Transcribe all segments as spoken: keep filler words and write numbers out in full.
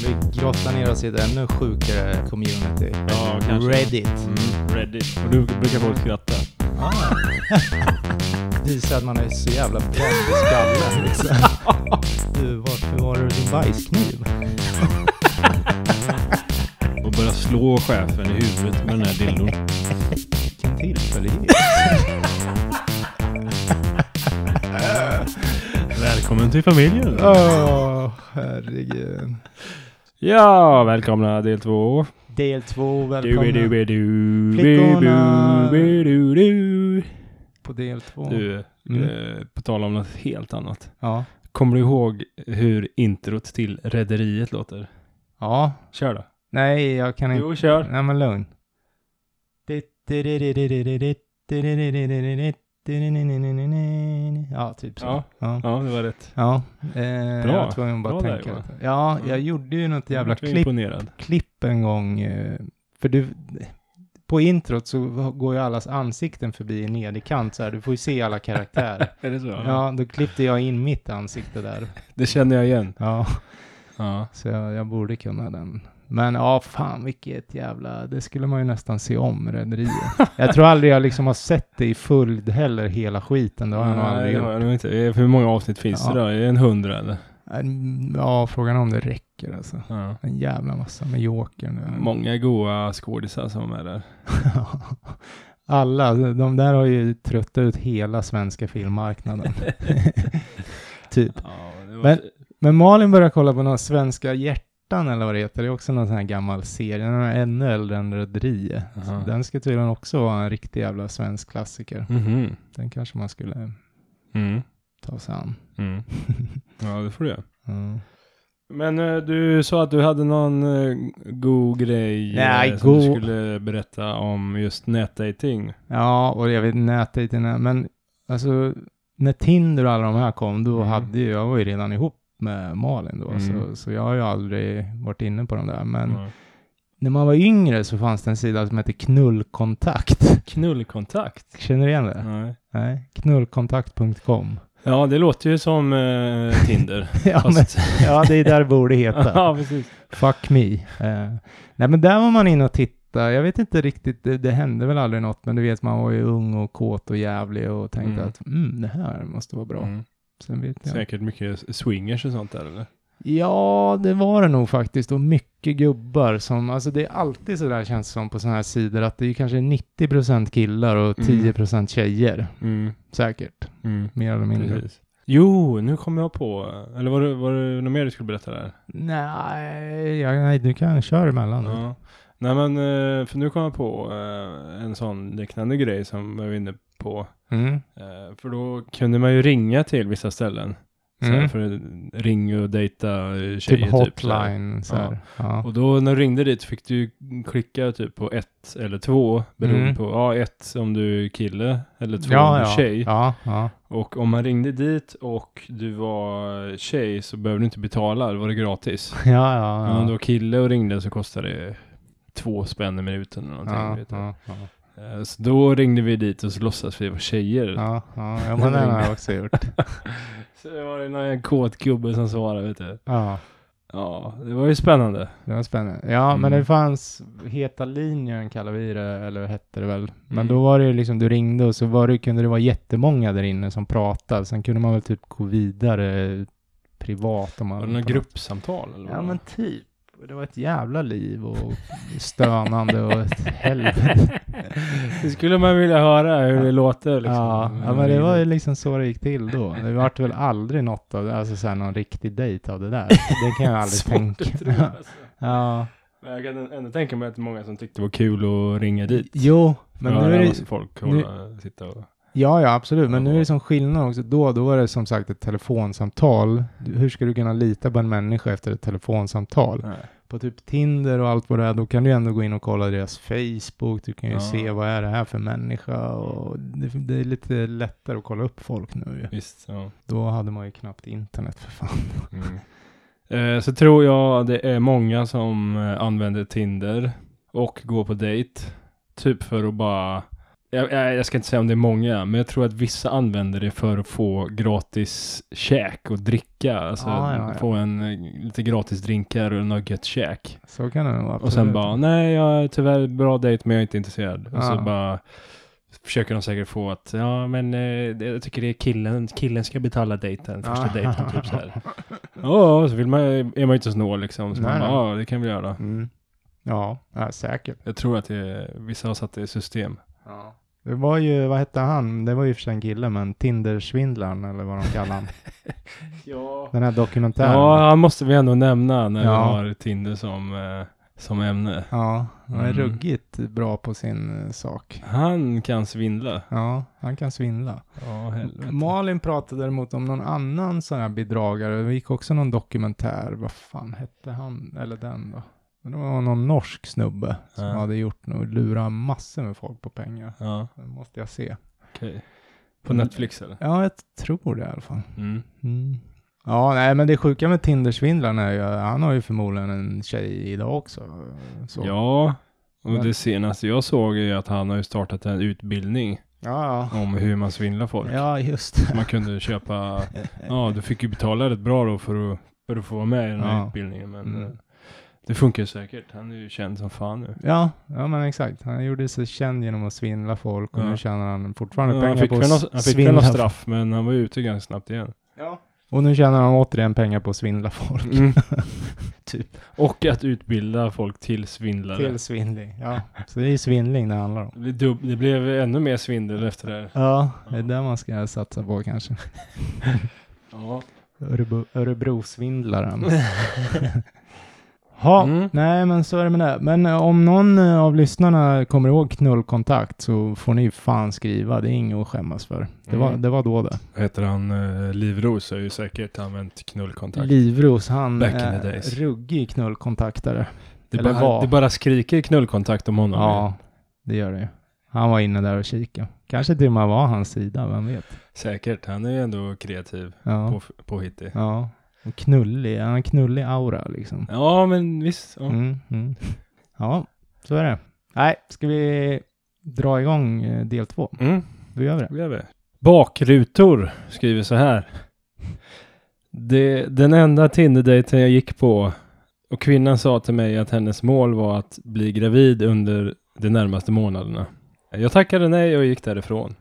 Vi grottar ner oss i ett ännu sjukare community. Ja, kanske. Reddit. Mm, Reddit. Och du brukar folk skratta. Ah. Visar att man är så jävla bränd i skallen. Liksom. Du, varför var det din bajskniv? Och börja slå chefen i huvudet med den här dildon. Vilken tillfällighet. Välkommen till familjen. Åh, oh, herregud. Ja, välkomna del två. Del två, välkomna. Du, du, du, Flickorna. du, du, du. På del två. Du, Mm. eh, på tal om något helt annat. Ja. Kommer du ihåg hur introt till Rederiet låter? Ja. Kör då. Nej, jag kan inte. Jo, kör. Nej, men lugn. Ja, typ så. Ja, Ja. ja det var rätt. Ja, eh, Bra. jag tror jag bara Bra tänka där, lite. Ja, jag Ja. gjorde ju något jävla Jag är klipp, imponerad. klipp en gång. Eh, för du, på introt så går ju allas ansikten förbi i nederkant så här. Du får ju se alla karaktärer. Är det så? Ja, då klippte jag in mitt ansikte där. Det känner jag igen. Ja, Ja. så jag, jag borde kunna den. Men ja, fan vilket jävla... Det skulle man ju nästan se om, Rederiet. Jag tror aldrig jag liksom har sett det i full heller, hela skiten. Det har jag nog aldrig Nej, det gjort. har jag nog inte. Hur många avsnitt finns Ja. det då? Är det en hundra eller? Ja, frågan är om det räcker alltså. Ja. En jävla massa med Joker nu. Många goa skådisar som är där. Alla, de där har ju tröttat ut hela svenska filmmarknaden. Typ. Ja, det var... Men, men Malin börjar kolla på några svenska hjärtan eller vad det heter. Det är också någon sån här gammal serie. Den är ännu äldre än Rederiet. Så Aha. den ska tydligen också vara en riktig jävla svensk klassiker. Mhm. Den kanske man skulle Mm. ta sig an. Mm. Ja, det får du göra. Mm. Men eh, du sa att du hade någon eh, god grej Nej, eh, som god- du skulle berätta om just nätdating. Ja, och jag vet nätdejterna. Men alltså, när Tinder och alla de här kom, då Mm. hade ju, jag var ju redan ihop med Malin då. Mm. Så, så jag har ju aldrig varit inne på de där. Men Ja. när man var yngre så fanns det en sida som heter Knullkontakt. Knullkontakt? Känner du igen det? Nej. Nej, knullkontakt punkt com. Ja, det låter ju som eh, Tinder. ja, Fast... men, ja, det är där det borde heta. ja, precis. Fuck me. Eh, nej, men där var man inne och tittade. Jag vet inte riktigt, det, det hände väl aldrig något. Men du vet, man var ju ung och kåt och jävlig och tänkte Mm. att mm, det här måste vara bra. Mm. Sen vet jag. Säkert mycket swingers och sånt där, eller? Ja, det var det nog faktiskt. Och mycket gubbar som, alltså det är alltid så där känns som på sådana här sidor att det är kanske nittio procent killar och Mm. tio procent tjejer. Mm. Säkert. Mm. Mer eller mindre. Precis. Jo, nu kommer jag på. Eller var det, var det något mer du skulle berätta där? Nej, jag, nej, du kan köra emellan. Ja. Ja. Nej, men eh, för nu kommer jag på eh, en sån liknande grej som jag var inne på. Mm. Eh, För då kunde man ju ringa till vissa ställen. Så här, Mm. för att ringa och dejta eh, tjejer. Typ så här. hotline. Så här. Ja. Och då när du ringde dit fick du klicka typ på ett eller två. Beroende Mm. på, ja ett om du är kille eller två om Ja, du är ja. tjej. Ja, ja. Och om man ringde dit och du var tjej så behövde du inte betala, det var det gratis. Ja, ja, Men om ja. du var kille och ringde så kostade det två spänn i minuten eller någonting. Ja, vet du. ja, ja. Eh, Så då ringde vi dit och så låtsades vi vara tjejer. Ja, ja, ja, men den har jag också gjort. Så det var det någon kåt gubbe som svarade, vet du. Ja, Ja, det var ju spännande. det var spännande. Ja, Mm. men det fanns heta linjen kallar vi det, eller hette det väl. Men Mm. då var det ju liksom, du ringde och så var det, kunde det vara jättemånga där inne som pratade. Sen kunde man väl typ gå vidare privat om man... Var det några gruppsamtal eller vad? Ja, men typ. Det var ett jävla liv och stönande och ett helvete. Det skulle man vilja höra hur det Ja. låter. Liksom. Ja, ja, men det var ju liksom så det gick till då. Det vart väl aldrig något av det, alltså så här någon riktig dejt av det där. Det kan jag aldrig Svårt tänka. att tro, alltså. Ja. Men jag kan ändå tänka mig att det är många som tyckte det var kul att ringa dit. Jo, men Ja, nu är det det... massa folk hålla, sitta och... Ja, ja, absolut. Men Ja. nu är det som skillnad också. Då, då var det som sagt ett telefonsamtal. Du- Hur ska du kunna lita på en människa efter ett telefonsamtal? Nej. På typ Tinder och allt vad det är, då kan du ändå gå in och kolla deras Facebook. Du kan ju Ja. se vad är det här för människa. Och det, det är lite lättare att kolla upp folk nu ju. Visst, ja. Då hade man ju knappt internet för fan. Mm. Eh, så tror jag det är många som eh, använder Tinder och går på dejt. Typ för att bara Jag, jag, jag ska inte säga om det är många, men jag tror att vissa använder det för att få gratis käk och dricka. Alltså Ja, ja, ja. få en lite gratis drinkar och något käk. Så kan det nog vara. Och sen bara, nej jag är tyvärr bra dejt men jag är inte intresserad. Och så Ja. bara försöker de säkert få att, ja men eh, jag tycker det är killen, killen ska betala dejten, första Ja. dejten typ så här. Ja, så vill man, är man ju inte snål liksom. Så Nej, man bara, nej. ja det kan vi göra. Mm. Ja, ja, säkert. Jag tror att det är, vissa har satt det i system. Ja. Det var ju, vad hette han? Det var ju för sig en kille, men Tinder-svindlaren eller vad de kallar han. Ja. Den här dokumentären. Ja, han måste vi ändå nämna när Ja. vi har Tinder som, eh, som ämne. Ja, han är Mm. ruggigt bra på sin eh, sak. Han kan svindla. Ja, han kan svindla. Ja, helvete. Malin pratade däremot om någon annan sån här bedragare. Det gick också någon dokumentär. Vad fan hette han? Eller den då? Men det var någon norsk snubbe som Ja. hade gjort något. Lura massor med folk på pengar. Ja, Det måste jag se. okej. På Netflix eller? Ja, jag tror det i alla fall. Mm. Mm. Ja, nej, men det sjuka med Tinder-svindlaren är ju, han har ju förmodligen en tjej idag också. Så. Ja, och Men- det senaste jag såg är att han har ju startat en utbildning Ja, ja. om hur man svindlar folk. Ja, just det. Man kunde köpa, ja du fick ju betala rätt bra då för att, för att få vara med i den här Ja. utbildningen. Men Mm. eh, det funkar säkert. Han är ju känd som fan nu. Ja, ja, men exakt. Han gjorde sig känd genom att svindla folk och Ja. nu tjänar han fortfarande Ja, han pengar fick på väl att något- han fick väl svindla något folk. straff, men han var ute ganska snabbt igen. Ja. Och nu tjänar han återigen pengar på att svindla folk. Mm. Typ. Och att utbilda folk till svindlare. Till svindling. Ja, så det är ju svindling det handlar om. Det, blev dubb- det blev ännu mer svindel efter det här. Ja, det är det man ska satsa på kanske. Ja. Örebro, Örebro-svindlaren. Ja, Mm. nej men så är det med det. Men eh, om någon eh, av lyssnarna kommer ihåg knullkontakt så får ni fan skriva. Det är inget att skämmas för. Det var, Mm. det var då det. Heter han uh, Livros har ju säkert använt knullkontakt. Livros, han Back in the är days. ruggig knullkontaktare. det, eller bara, var. det bara skriker knullkontakt om honom. Ja, det gör det ju. Han var inne där och kikade. Kanske till och med var hans sida, vem vet. Säkert, han är ju ändå kreativ Ja, på, på hitty. ja. Och knullig, han har en knullig aura liksom. Ja, men visst. Ja. Mm, mm. Ja, så är det. Nej, ska vi dra igång eh, del två? Mm. Då gör vi det. Då gör vi. Bakrutor skriver så här. Det, den enda Tinder-dejten jag gick på och kvinnan sa till mig att hennes mål var att bli gravid under de närmaste månaderna. Jag tackade nej och gick därifrån.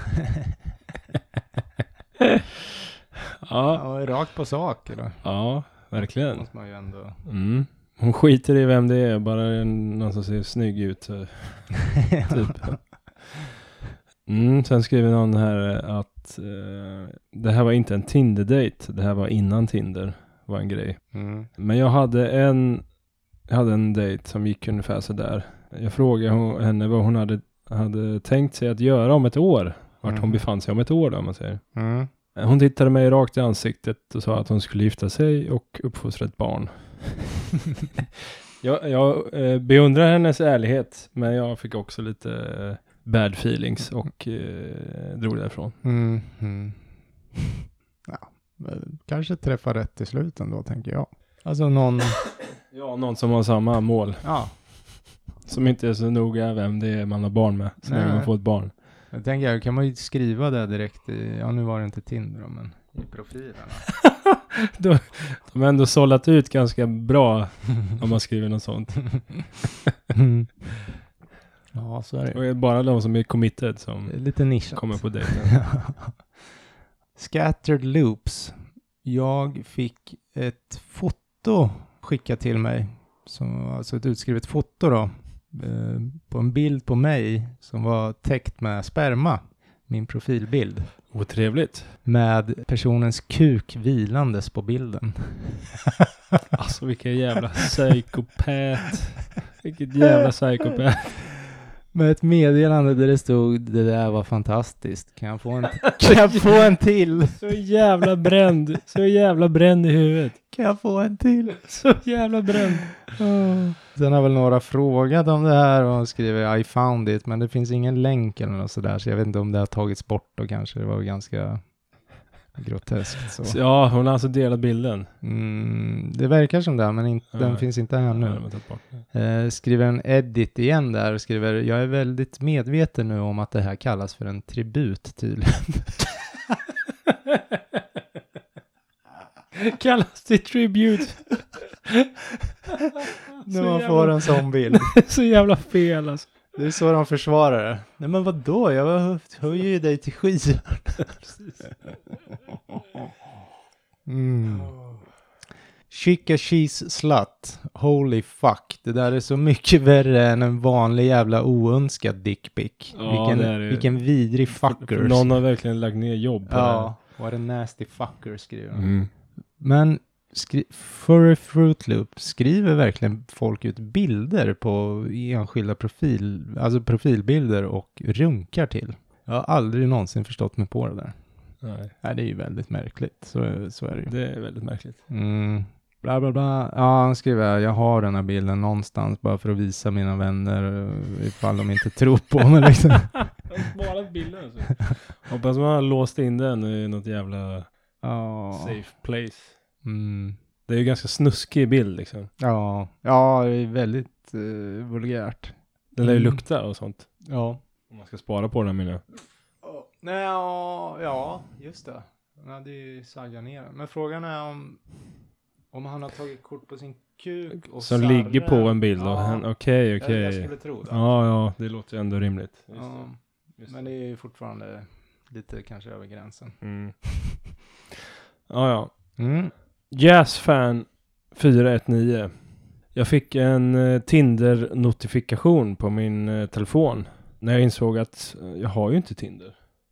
Ja, Ja, rakt på sak eller? ja, verkligen. Måste man ju ändå... Mm. Hon skiter i vem det är, bara en, någon som ser snygg ut. eh, Typ. Mm, sen skriver någon här att eh, det här var inte en Tinder-date, det här var innan Tinder var en grej. Mm. Men jag hade en jag hade en dejt som gick ungefär så där. Jag frågade hon, henne vad hon hade, hade tänkt sig att göra om ett år. Vart Mm. hon befann sig om ett år då, om man säger. Mm. Hon tittade mig rakt i ansiktet och sa att hon skulle gifta sig och uppfostra ett barn. jag jag eh, beundrar hennes ärlighet, men jag fick också lite eh, bad feelings och eh, drog därifrån. Mm. Mm. Ja, men kanske träffa rätt till slut ändå, tänker jag. Alltså någon... Ja, någon som har samma mål. Ja, Som inte är så noga vem det är man har barn med. Så Nej, länge man nej. får ett barn. jag tänker, jag kan man ju skriva det direkt i... Ja, nu var det inte Tinder då, men i profilen. De har ändå sållat ut ganska bra om man skriver något sånt. Mm. Ja, så är det Och ju. det är bara de som är committed som Det är lite nischat. kommer på dejten. Scattered Loops. Jag fick ett foto skickat till mig. Som, alltså ett utskrivet foto då. Eh, på en bild på mig som var täckt med sperma. Min profilbild. Otrevligt. Med personens kuk vilandes på bilden. Alltså vilken jävla psykopat. Vilket jävla psykopat. Med ett meddelande där det stod: det där var fantastiskt. Kan jag få en, kan jag få en till? Så jävla bränd. Så jävla bränd i huvudet. Kan jag få en till? Så jävla bränd. Oh. Sen har väl några frågat om det här och skriver I found it, men det finns ingen länk eller något sådär, så jag vet inte om det har tagits bort och kanske det var ganska groteskt så. Så, ja, hon har alltså delat bilden. Mm, det verkar som det, men in, Ja. den finns inte här Ja, nu. de har tagit bort det. Eh, skriver en edit igen där och skriver: jag är väldigt medveten nu om att det här kallas för en tribut tydligen. Kallas det tribute? När man får en sån bild. Så jävla fel alltså. Det är så de försvarar det. Nej men vadå? Jag höjer ju dig till skyn. Mm. Chica cheese slut. Holy fuck. Det där är så mycket värre än en vanlig jävla oönskad dickpic. Ja, vilken, det är det. vilken vidrig För, fucker. för någon har verkligen lagt ner jobb på Ja, what a nasty fucker skriver det. han. Mm. Men skri- Furry Fruit Loop skriver verkligen folk ut bilder på enskilda profil, alltså profilbilder och runkar till. Jag har aldrig någonsin förstått mig på det där. Nej, Nej, det är ju väldigt märkligt. Så, så är det ju. det är väldigt märkligt. Mm. Bla bla bla. Ja, han skriver: jag har den här bilden någonstans bara för att visa mina vänner uh, ifall de inte tror på mig liksom. Han har sparat bilden alltså. Hoppas man har låst in den i något jävla Ja. safe place. Mm. Det är ju ganska snuskig bild liksom. Ja. Ja, det är väldigt uh, vulgärt. Den lär ju Mm. lukta och sånt. Ja. Om man ska spara på den menar jag. Oh, nej, ja, ja, just det. Han hade ju saggat ner den. Men frågan är om om han har tagit kort på sin kuk och Som sarre. ligger på en bild. Ja. Okej, okej. Jag, jag skulle tro det. Ja, ja, det låter ju ändå rimligt. Just Ja, det. Just men det är ju fortfarande lite kanske över gränsen. Mm. Ja, ja. Mm. Jazzfan fyra ett nio. Jag fick en eh, Tinder-notifikation på min eh, telefon. När jag insåg att eh, jag har ju inte Tinder.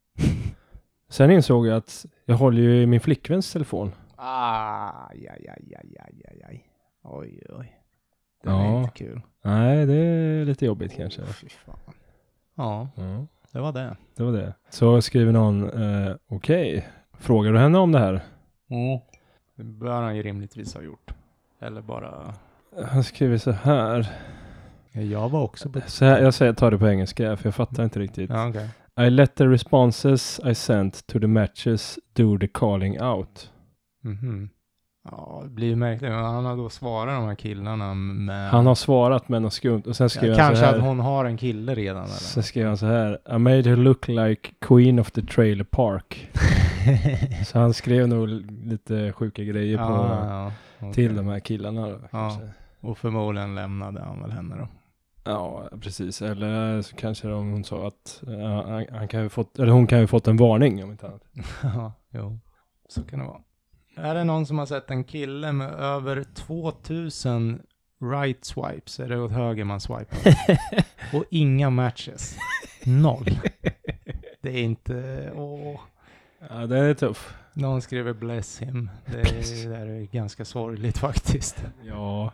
Sen insåg jag att jag håller ju i min flickväns telefon. Ah, ja, ja, ja, ja, ja, ja. Oj, oj. Det är Ja. inte kul. Nej, det är lite jobbigt kanske. Oh, fy fan. Ja, Ja, det var det. det var det. Så skriver någon, eh, okej. Frågar du henne om det här? Mm. Det bör han ju rimligtvis ha gjort. Eller bara... Han skriver så här. Jag var också på... Så här jag säger, tar det på engelska för jag fattar inte riktigt. Ja, okej. I let the responses I sent to the matches do the calling out. Mhm. Ja, det blir ju märkligt. Men han har då svarat de här killarna med... Han har svarat med något skumt och sen skrev ja, han så kanske här. att hon har en kille redan eller? Sen skrev han så här. I made her look like queen of the trailer park. Så han skrev nog lite sjuka grejer på ja, ja, till okej. de här killarna då, kanske. Och förmodligen lämnade han väl henne då. Ja, precis. Eller så kanske de, hon sa att ja, han, han kan ju fått, eller hon kan ju fått en varning om inte annat. Ja, jo. Så kan det vara. Är det någon som har sett en kille med över tvåtusen right swipes? Är det åt höger man swipar? Och inga matches. Noll. Det är inte... Åh. Ja, det är tuff. Någon skriver bless him. Det är, det är ganska sorgligt faktiskt. Ja.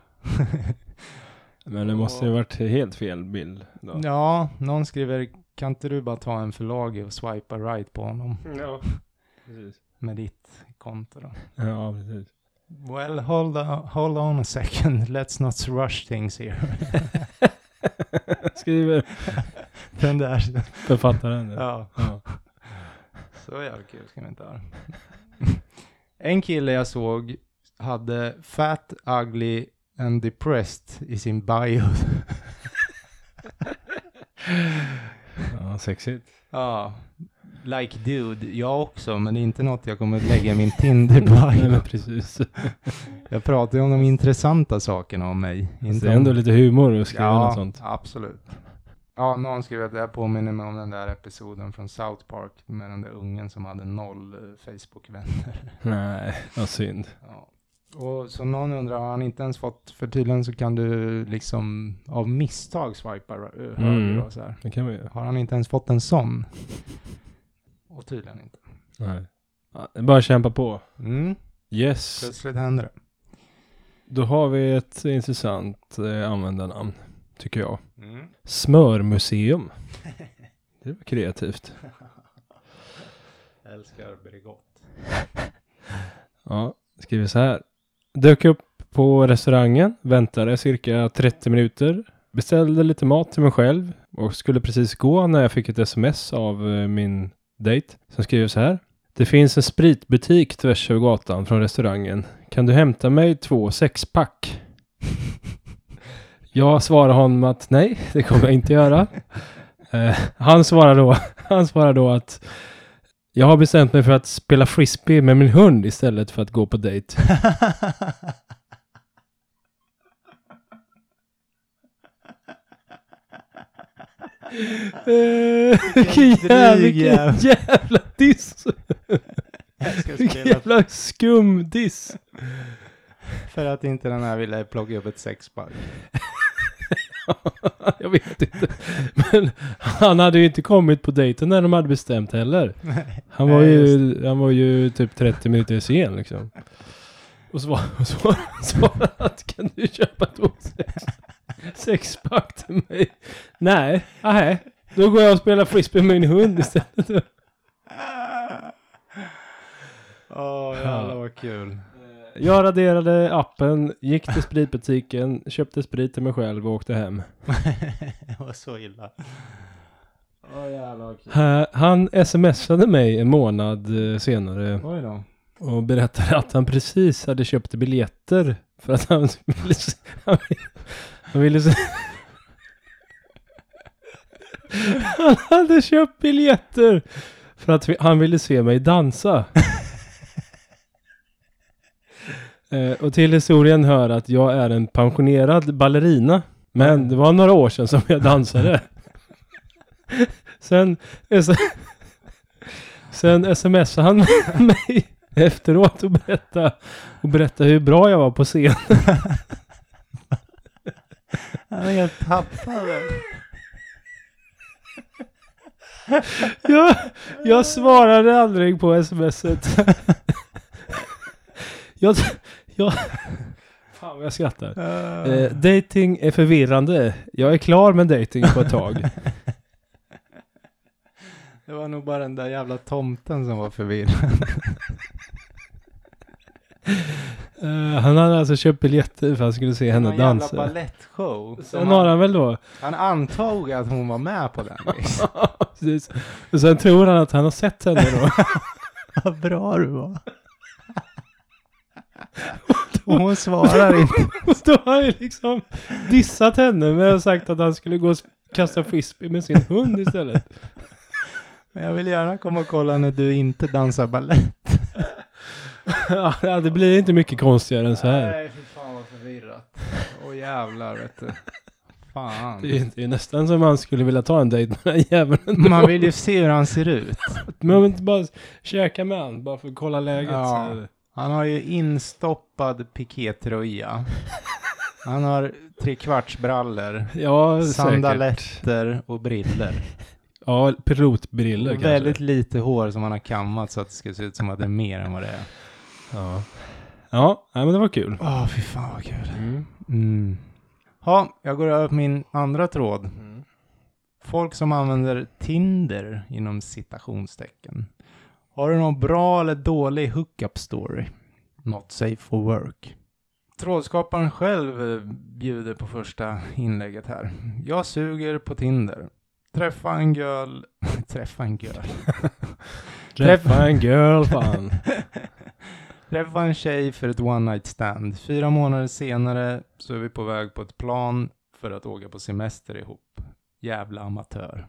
Men det måste ju varit helt fel bild då. Ja, någon skriver: kan inte du bara ta en förlag och swipa right på honom Ja, precis. med ditt konto då? Ja, precis. Well, hold on, hold on a second. Let's not rush things here. Skriver Den där. författaren. där. Ja. Ja. Så jävla kul ska vi inte ha. En kille jag såg hade fat, ugly and depressed i sin bio. Ja, sexigt. Ja, like dude. Jag också, men det är inte något jag kommer att lägga i min Tinder Nej, bio. men precis. Jag pratar ju om de intressanta sakerna om mig. Det är ändå lite humor att skriva något Ja, sånt. absolut. Ja, någon skrev att det här påminner mig om den där episoden från South Park med den där ungen som hade noll eh, Facebook-vänner. Nej, vad synd. Ja. Och så någon undrar, har han inte ens fått, för tydligen så kan du liksom av misstag swipa uh, höger Mm. och så här. Det kan vi göra. Har han inte ens fått en sån? Och tydligen inte. Nej. Ja, det är bara att kämpa på. Mm. Yes. Plötsligt händer det. Då har vi ett intressant eh, användarnamn, tycker jag. Mm. Smörmuseum. Det var kreativt. Älskar Bregott. Ja, skriver så här. Dök upp på restaurangen, väntade cirka trettio minuter. Beställde lite mat till mig själv och skulle precis gå när jag fick ett sms av eh, min dejt som skriver så här. Det finns en spritbutik tvärs över gatan från restaurangen. Kan du hämta mig två sexpack? Jag svarar honom att nej, det kommer jag inte göra. Eh, han svarar då, han svarar då att jag har bestämt mig för att spela frisbee med min hund istället för att gå på dejt. uh, vilken jävla, vilken jävla diss. Vilken jävla skum diss. För att inte den här ville plocka upp ett sexpack. Jag vet inte. Men han hade ju inte kommit på dejten när de hade bestämt heller. Han var ju, han var ju typ trettio minuter sen liksom. Och så var och så var så att kan du köpa två sex, sexpack till mig? Nej, nej. Då går jag och spelar frisbee med min hund istället. Åh, oh, jävlar vad kul. Jag raderade appen, gick till spritbutiken, köpte sprit till mig själv och åkte hem. Det var så illa. Oh, jävlar, okay. Han smsade mig en månad senare. Oj då. Och berättade att han precis hade köpt biljetter för att han ville se, han ville, han ville se. Han hade köpt biljetter för att han ville se mig dansa. Eh, och till historien hör att jag är en pensionerad ballerina. Men det var några år sedan som jag dansade. Sen, sen smsade han mig efteråt och berättade, och berättade hur bra jag var på scen. Han är helt tappad. jag, jag svarade aldrig på smset. jag... jag fan vad jag skrattar. Uh. Eh, dating är förvirrande. Jag är klar med dating på ett tag. Det var nog bara den där jävla tomten som var förvirrande. Uh, han hade alltså köpt biljetter för att han skulle se henne dansa. En jävla ballettshow. Sen har han väl då. Han antog att hon var med på den. Precis. Och sen tror han att han har sett henne då. Vad bra du var. Och hon svarar inte. Och då har han ju liksom dissat henne med att sagt att han skulle gå och kasta frisbee med sin hund istället. Men jag vill gärna komma och kolla när du inte dansar ballett. Ja, det blir inte mycket konstigare än så här. Nej, för fan vad förvirrat. Åh jävlar, vet du. Fan. Det är, det är nästan som man skulle vilja ta en dejt med den jäveln. Man vill ju se hur han ser ut. Men man inte bara käka med han, bara för att kolla läget. Ja. Så. Han har ju instoppad pikétröja. Han har tre kvartsbrallor. Ja, sandaletter säkert. Och briller. Ja, pilotbriller och kanske. Väldigt lite hår som han har kammat så att det ska se ut som att det är mer än vad det är. Ja, ja nej, men det var kul. Åh, oh, fy fan vad kul. Mm. Mm. Ja, jag går över på min andra tråd. Mm. Folk som använder Tinder inom citationstecken. Har du någon bra eller dålig hookup story? Not safe for work. Trådskaparen själv bjuder på första inlägget här. Jag suger på Tinder. Träffa en girl. Träffa en girl. Träffa en girl, fan. Träffa en tjej för ett one night stand. Fyra månader senare så är vi på väg på ett plan för att åka på semester ihop. Jävla amatör.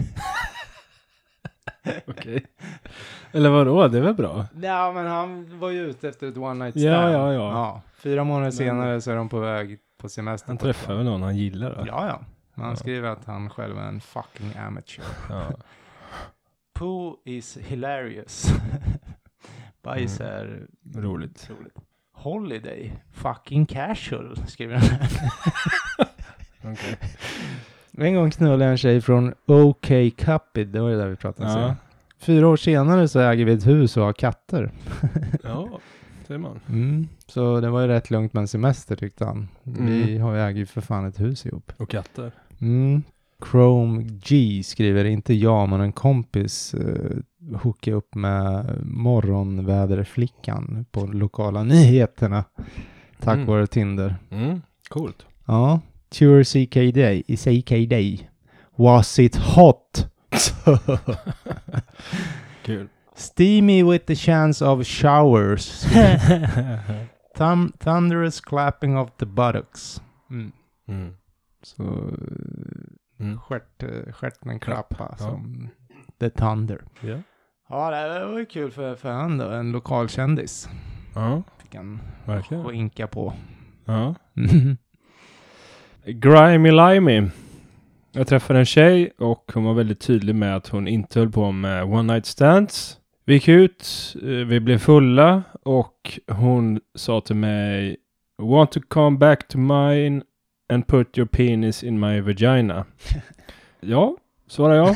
Okej. Okay. Eller vadå? Det är väl bra? Ja, men han var ju ute efter ett one night stand. Ja, ja, ja. ja fyra månader men senare så är de på väg på semester. Han träffar väl någon han gillar då? Ja, ja. Men han ja. skriver att han själv är en fucking amateur. Ja. Poo is hilarious. Bajs mm. är roligt. roligt. Holiday, fucking casual, skriver han här. Okay. En gång knullade jag en tjej från OK Cupid, det var det där vi pratade om. Ja. Fyra år senare så äger vi ett hus och har katter. Ja, ser man. Mm. Så det var ju rätt lugnt med en semester tyckte han. Mm. Vi har ju äger för fan ett hus ihop. Och katter. Mm. Chrome G skriver, inte jag men en kompis uh, hookade upp med morgonväderflickan på lokala nyheterna. Tack mm. vare Tinder. Mm. Coolt. Ja. Tour C K D i C K D. Was it hot? Kul. Steamy with the chance of showers. Thum- thunderous clapping of the buttocks. Mm. Mm. Så Mm. stjärt, stjärten klappa Ja. som the thunder. Ja. Ja, det var ju kul för, för han då, en lokal kändis. Ja, Fick han verkligen. skinka på. Ja. Mm. Grimy Limey. Jag träffade en tjej och hon var väldigt tydlig med att hon inte höll på med one night stands. Vi gick ut, eh, vi blev fulla och hon sa till mig Want to come back to mine and put your penis in my vagina. Ja, svarade jag.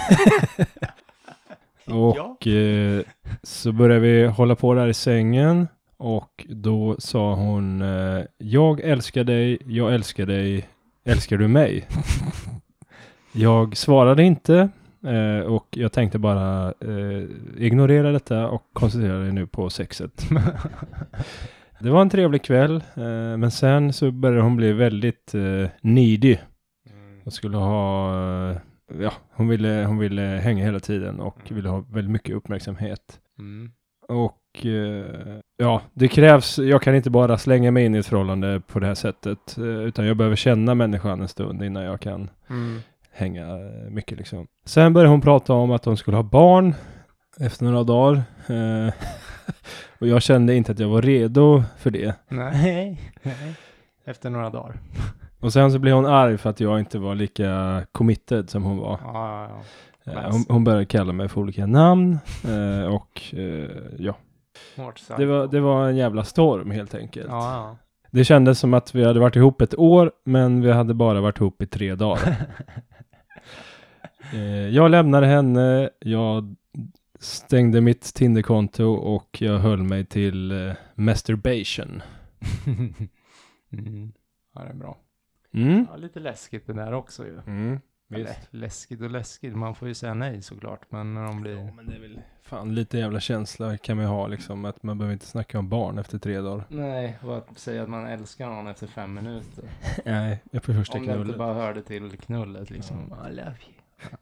Och eh, så började vi hålla på där i sängen och då sa hon eh, jag älskar dig, jag älskar dig, älskar du mig? Jag svarade inte eh, och jag tänkte bara eh, ignorera detta och koncentrera dig nu på sexet. Det var en trevlig kväll eh, men sen så började hon bli väldigt eh, needy och skulle ha eh, ja, hon ville, hon ville hänga hela tiden och ville ha väldigt mycket uppmärksamhet. Mm. Och eh, ja, det krävs, jag kan inte bara slänga mig in i ett förhållande på det här sättet eh, utan jag behöver känna människan en stund innan jag kan Mm. hänga eh, mycket liksom. Sen började hon prata om att hon skulle ha barn efter några dagar. Eh, och jag kände inte att jag var redo för det. Nej. Nej. Efter några dagar. Och sen så blev hon arg för att jag inte var lika committed som hon var. Ja, ja, ja. Eh, hon, hon började kalla mig för olika namn eh, och eh, ja, det var, det var en jävla storm helt enkelt. Ja, ja. Det kändes som att vi hade varit ihop ett år men vi hade bara varit ihop i tre dagar. eh, jag lämnade henne, jag stängde mitt Tinder-konto och jag höll mig till eh, masturbation. Mm. Ja, det är bra. Mm. Ja, lite läskigt det där också ju. Mm. Eller, Visst. läskigt och läskigt. Man får ju säga nej såklart. Men när de blir... Ja, men det är väl fan lite jävla känsla kan man ju ha liksom att man behöver inte snacka om barn efter tre dagar. Nej, och att säga att man älskar någon efter fem minuter. Nej, jag får första Om det inte knullet. bara hörde till knullet liksom. Ja. I love you.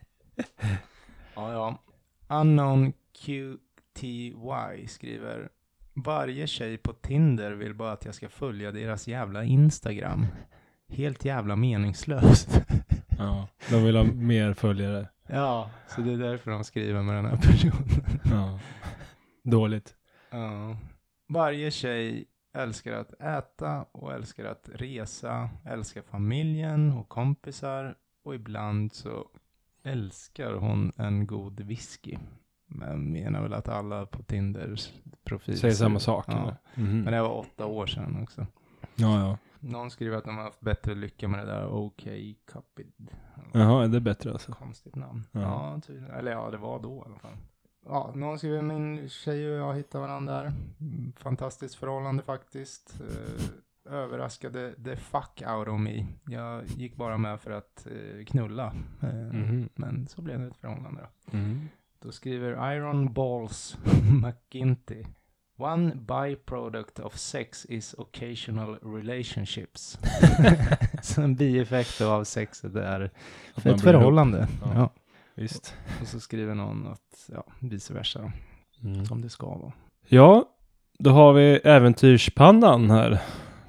Ja, ja. Unknown Q T Y skriver: varje tjej på Tinder vill bara att jag ska följa deras jävla Instagram. Helt jävla meningslöst. Ja, de vill ha mer följare. Ja, så det är därför de skriver med den här personen. Ja. Dåligt. Ja. Varje tjej älskar att äta och älskar att resa, älskar familjen och kompisar och ibland så älskar hon en god whisky. Men menar väl att alla på Tinders profil Säger samma sak. Ja. Mm. Men det var åtta år sedan också. Ja, ja. Någon skriver att de har haft bättre lycka med det där OK Cupid. Jaha, är det bättre alltså? Konstigt namn. Ja. Ja, tydligen. Eller ja, det var då i alla fall. Ja, någon skriver: min tjej och jag hittar varandra där. Mm, fantastiskt förhållande faktiskt. Eh, överraskade the fuck out of me. Jag gick bara med för att eh, knulla. Eh, Mhm. Men så blev det ett förhållande då. Mm. Då skriver Iron Balls McGinty: one byproduct of sex is occasional relationships. Så en bieffekt av sexet är Att för man ett blir förhållande. ihop. Ja. Ja. Visst. Och så skriver någon att, ja, vice versa då, Mm. som det ska vara. Ja, då har vi äventyrspandan här.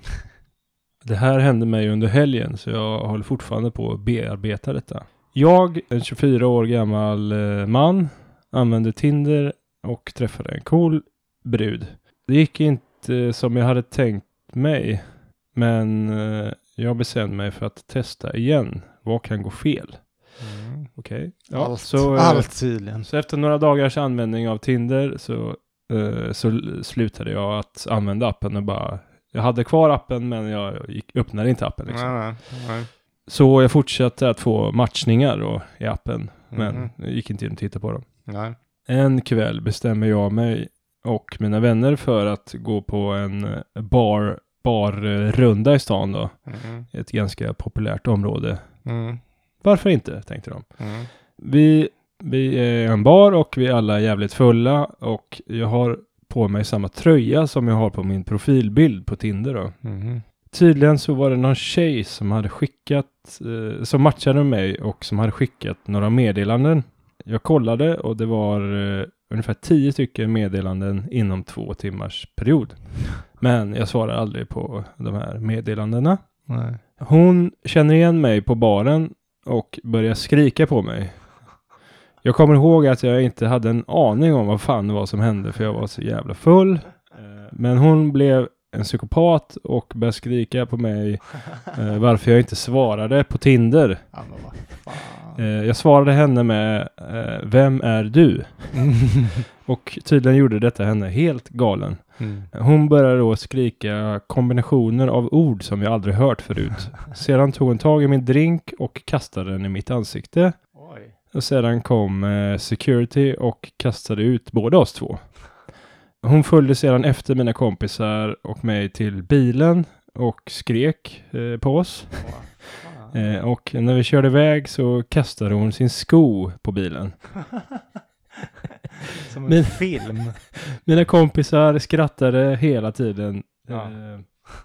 Det här hände mig under helgen så jag håller fortfarande på att bearbeta detta. Jag, en tjugofyra år gammal eh, man, använde Tinder och träffade en cool brud. Det gick inte som jag hade tänkt mig, men eh, jag bestämde mig för att testa igen. Vad kan gå fel? Mm. Okej. Ja, Allt, så, eh, allt tydligen. Så efter några dagars användning av Tinder så, eh, så l- slutade jag att använda appen och bara... Jag hade kvar appen men jag gick, öppnade inte appen liksom. Nej, nej, nej. Så jag fortsatte att få matchningar då, i appen. Men Mhm. jag gick inte in och tittade på dem. Nej. En kväll bestämmer jag mig och mina vänner för att gå på en bar, barrunda i stan då. Mm. Ett ganska populärt område. Mm. Varför inte, tänkte de. Mm. Vi, vi är en bar och vi är alla jävligt fulla och jag har på mig samma tröja som jag har på min profilbild på Tinder då. Mm. Tydligen så var det någon tjej som hade skickat, eh, som matchade med mig och som hade skickat några meddelanden. Jag kollade och det var eh, ungefär tio stycken meddelanden inom två timmars period. Men jag svarar aldrig på de här meddelandena. Nej. Hon känner igen mig på baren och börjar skrika på mig. Jag kommer ihåg att jag inte hade en aning om vad fan det var som hände för jag var så jävla full. Men hon blev en psykopat och började skrika på mig eh, varför jag inte svarade på Tinder. Ja, men vad fan. Eh, jag svarade henne med eh, vem är du? Och tydligen gjorde detta henne helt galen. Mm. Hon började då skrika kombinationer av ord som jag aldrig hört förut. Sedan tog hon tag i min drink och kastade den i mitt ansikte. Oj. Och sedan kom eh, security och kastade ut båda oss två. Hon följde sedan efter mina kompisar och mig till bilen och skrek eh, på oss. Wow. eh, och när vi körde iväg så kastade hon sin sko på bilen. Som en Men- film. Mina kompisar skrattade hela tiden. Ja. Eh,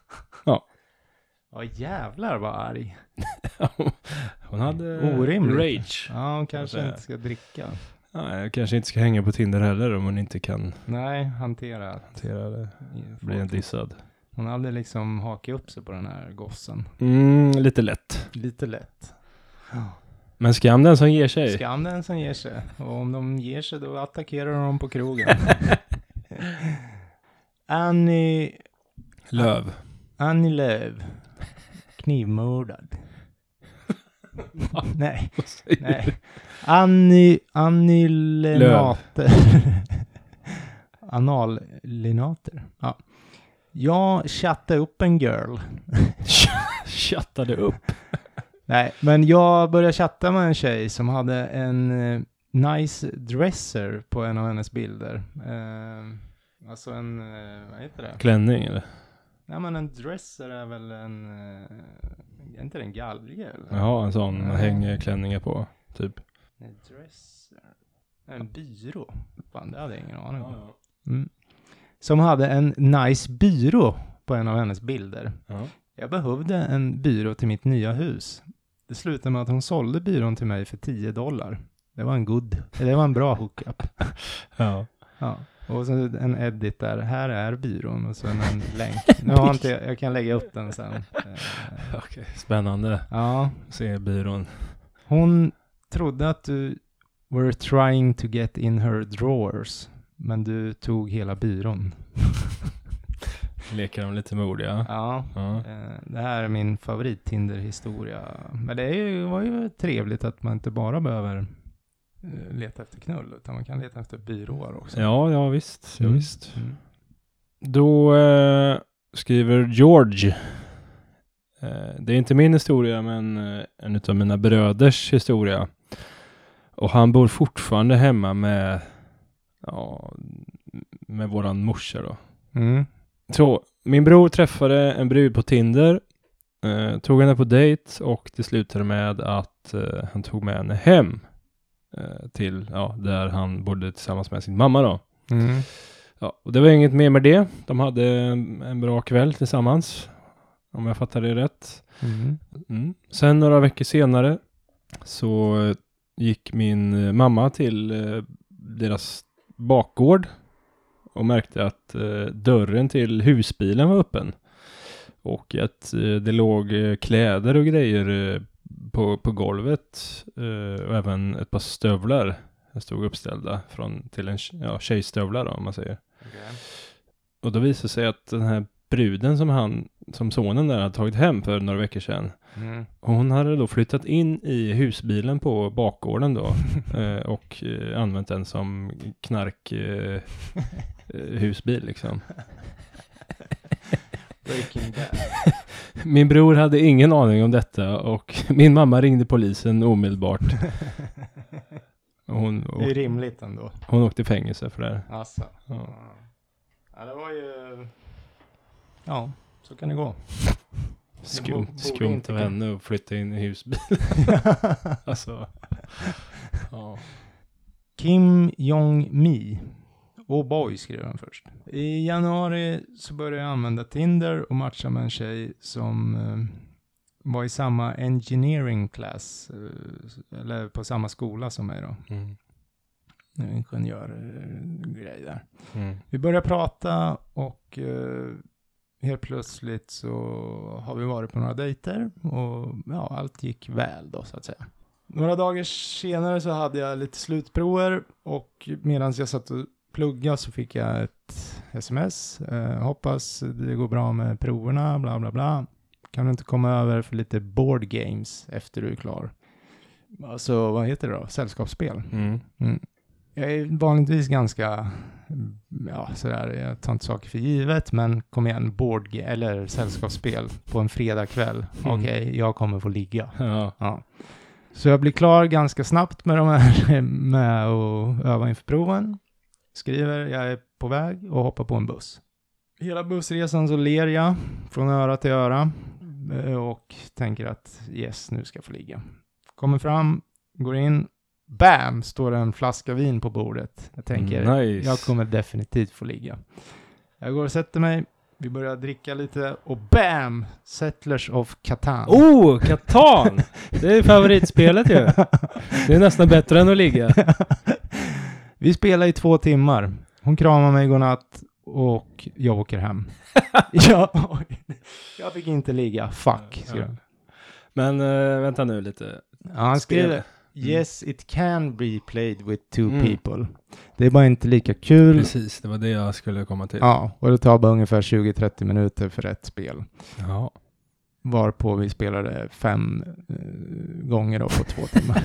Ja, jävlar vad arg. hon hade Orimligt. rage. Ja, hon kanske säga. inte ska dricka. Nej, jag kanske inte ska hänga på Tinder heller om hon inte kan Nej, hantera. hantera det. i- Bli en dissad. Hon hade liksom hakat upp sig på den här gossen. Mm, lite lätt. Lite lätt. Men skam den som ger sig. Skam den som ger sig. Och om de ger sig då attackerar de på krogen. Annie, Löv. Annie Lööf. Knivmördad. Nej, nej. Annie, Annie Lenater. Anallenater. Ja. Jag chattade upp en girl. Chattade upp. Nej, men jag började chatta med en tjej som hade en eh, nice dresser på en av hennes bilder. Eh, alltså en, eh, vad heter det? Klänning eller? Nej, men en dresser är väl en, eh, är inte det en galge eller? Jaha, en sån man Ja. hänger klänningar på. Typ. En dresser. En byrå. Fan, det hade jag ingen aning om. Mm. Som hade en nice byrå på en av hennes bilder. Ja. Jag behövde en byrå till mitt nya hus. Det slutade med att hon sålde byrån till mig för tio dollar. Det var en good, det var en bra hookup. Ja. Ja. Och så en edit där. Här är byrån och så en länk. Nu har inte, jag kan lägga upp den sen. Eh, Okej, spännande. Ja. Se byrån. Hon trodde att du were trying to get in her drawers. Men du tog hela byrån. Leker de lite med ord, ja. Ja. Ja. Eh, Det här är min favorit Tinder-historia. Men det är ju, var ju trevligt att man inte bara behöver eh, leta efter knull, utan man kan leta efter byråer också. Ja, ja visst. Ja, Mm. visst. Mm. Då eh, skriver George. Eh, det är inte min historia, men eh, en av mina bröders historia. Och han bor fortfarande hemma med, ja, med våran morsa då. Mm. Så, min bror träffade en brud på Tinder. Eh, tog henne på dejt och det slutade med att eh, han tog med henne hem. Eh, till, ja, där han bodde tillsammans med sin mamma då. Mm. Ja, och det var inget mer med det. De hade en, en bra kväll tillsammans. Om jag fattar det rätt. Mm. Mm. Sen några veckor senare så eh, gick min eh, mamma till eh, deras bakgård och märkte att eh, dörren till husbilen var öppen. Och att eh, det låg eh, kläder och grejer eh, på, på golvet. Eh, och även ett par stövlar stod uppställda från, till en ja, tjejstövlar då, om man säger. Okay. Och då visade sig att den här bruden som han, som sonen där hade tagit hem för några veckor sedan. Mm. Hon hade då flyttat in i husbilen på bakgården då. eh, och eh, använt den som knark eh, eh, husbil liksom. Breaking Bad. Min bror hade ingen aning om detta och min mamma ringde polisen omedelbart. Och hon, Det är och, rimligt ändå. hon åkte i fängelse för det här. Alltså. Ja. Ja, det var ju... Ja, så kan det gå. Skumt, borde skumt inte av gå. henne att flytta in i husbil. Alltså. Ja. Kim Jong-mi. Oh boy, skrev han först. I januari så började jag använda Tinder och matcha med en tjej som eh, var i samma engineering class. Eh, eller på samma skola som mig då. Mm. ingenjörgrej där. Mm. Vi börjar prata och uh, helt plötsligt så har vi varit på några dejter och ja, allt gick väl då så att säga. Några dagar senare så hade jag lite slutprover och medan jag satt och pluggade så fick jag ett sms. Uh, hoppas det går bra med proverna, bla bla bla. Kan du inte komma över för lite board games efter du är klar? Alltså, vad heter det då? Sällskapsspel. Mm. Mm. Jag är vanligtvis ganska, ja sådär, jag tar inte saker för givet, men kom igen, board game, eller sällskapsspel på en fredagkväll. Mm. Okej, okay, jag kommer få ligga. Ja. Ja. Så jag blir klar ganska snabbt med de här, med att öva inför proven. Skriver, jag är på väg och hoppar på en buss. Hela bussresan så ler jag från öra till öra och tänker att yes, nu ska jag få ligga. Kommer fram, går in, bam, står det en flaska vin på bordet. Jag tänker, nice. Jag kommer definitivt få ligga. Jag går och sätter mig, vi börjar dricka lite och bam, Settlers of Catan. Oh, Catan! Det är favoritspelet ju. Det är nästan bättre än att ligga. Vi spelar i två timmar. Hon kramar mig godnatt och jag åker hem. jag, jag fick inte ligga. Fuck. Ja. Men äh, vänta nu lite. Ja, han skriver, mm. yes it can be played with two Mm. people. Det är bara inte lika kul. Precis, det var det jag skulle komma till. Ja, och det tar bara ungefär tjugo till trettio minuter för ett spel. Ja. Varpå vi spelade fem eh, gånger då på två timmar.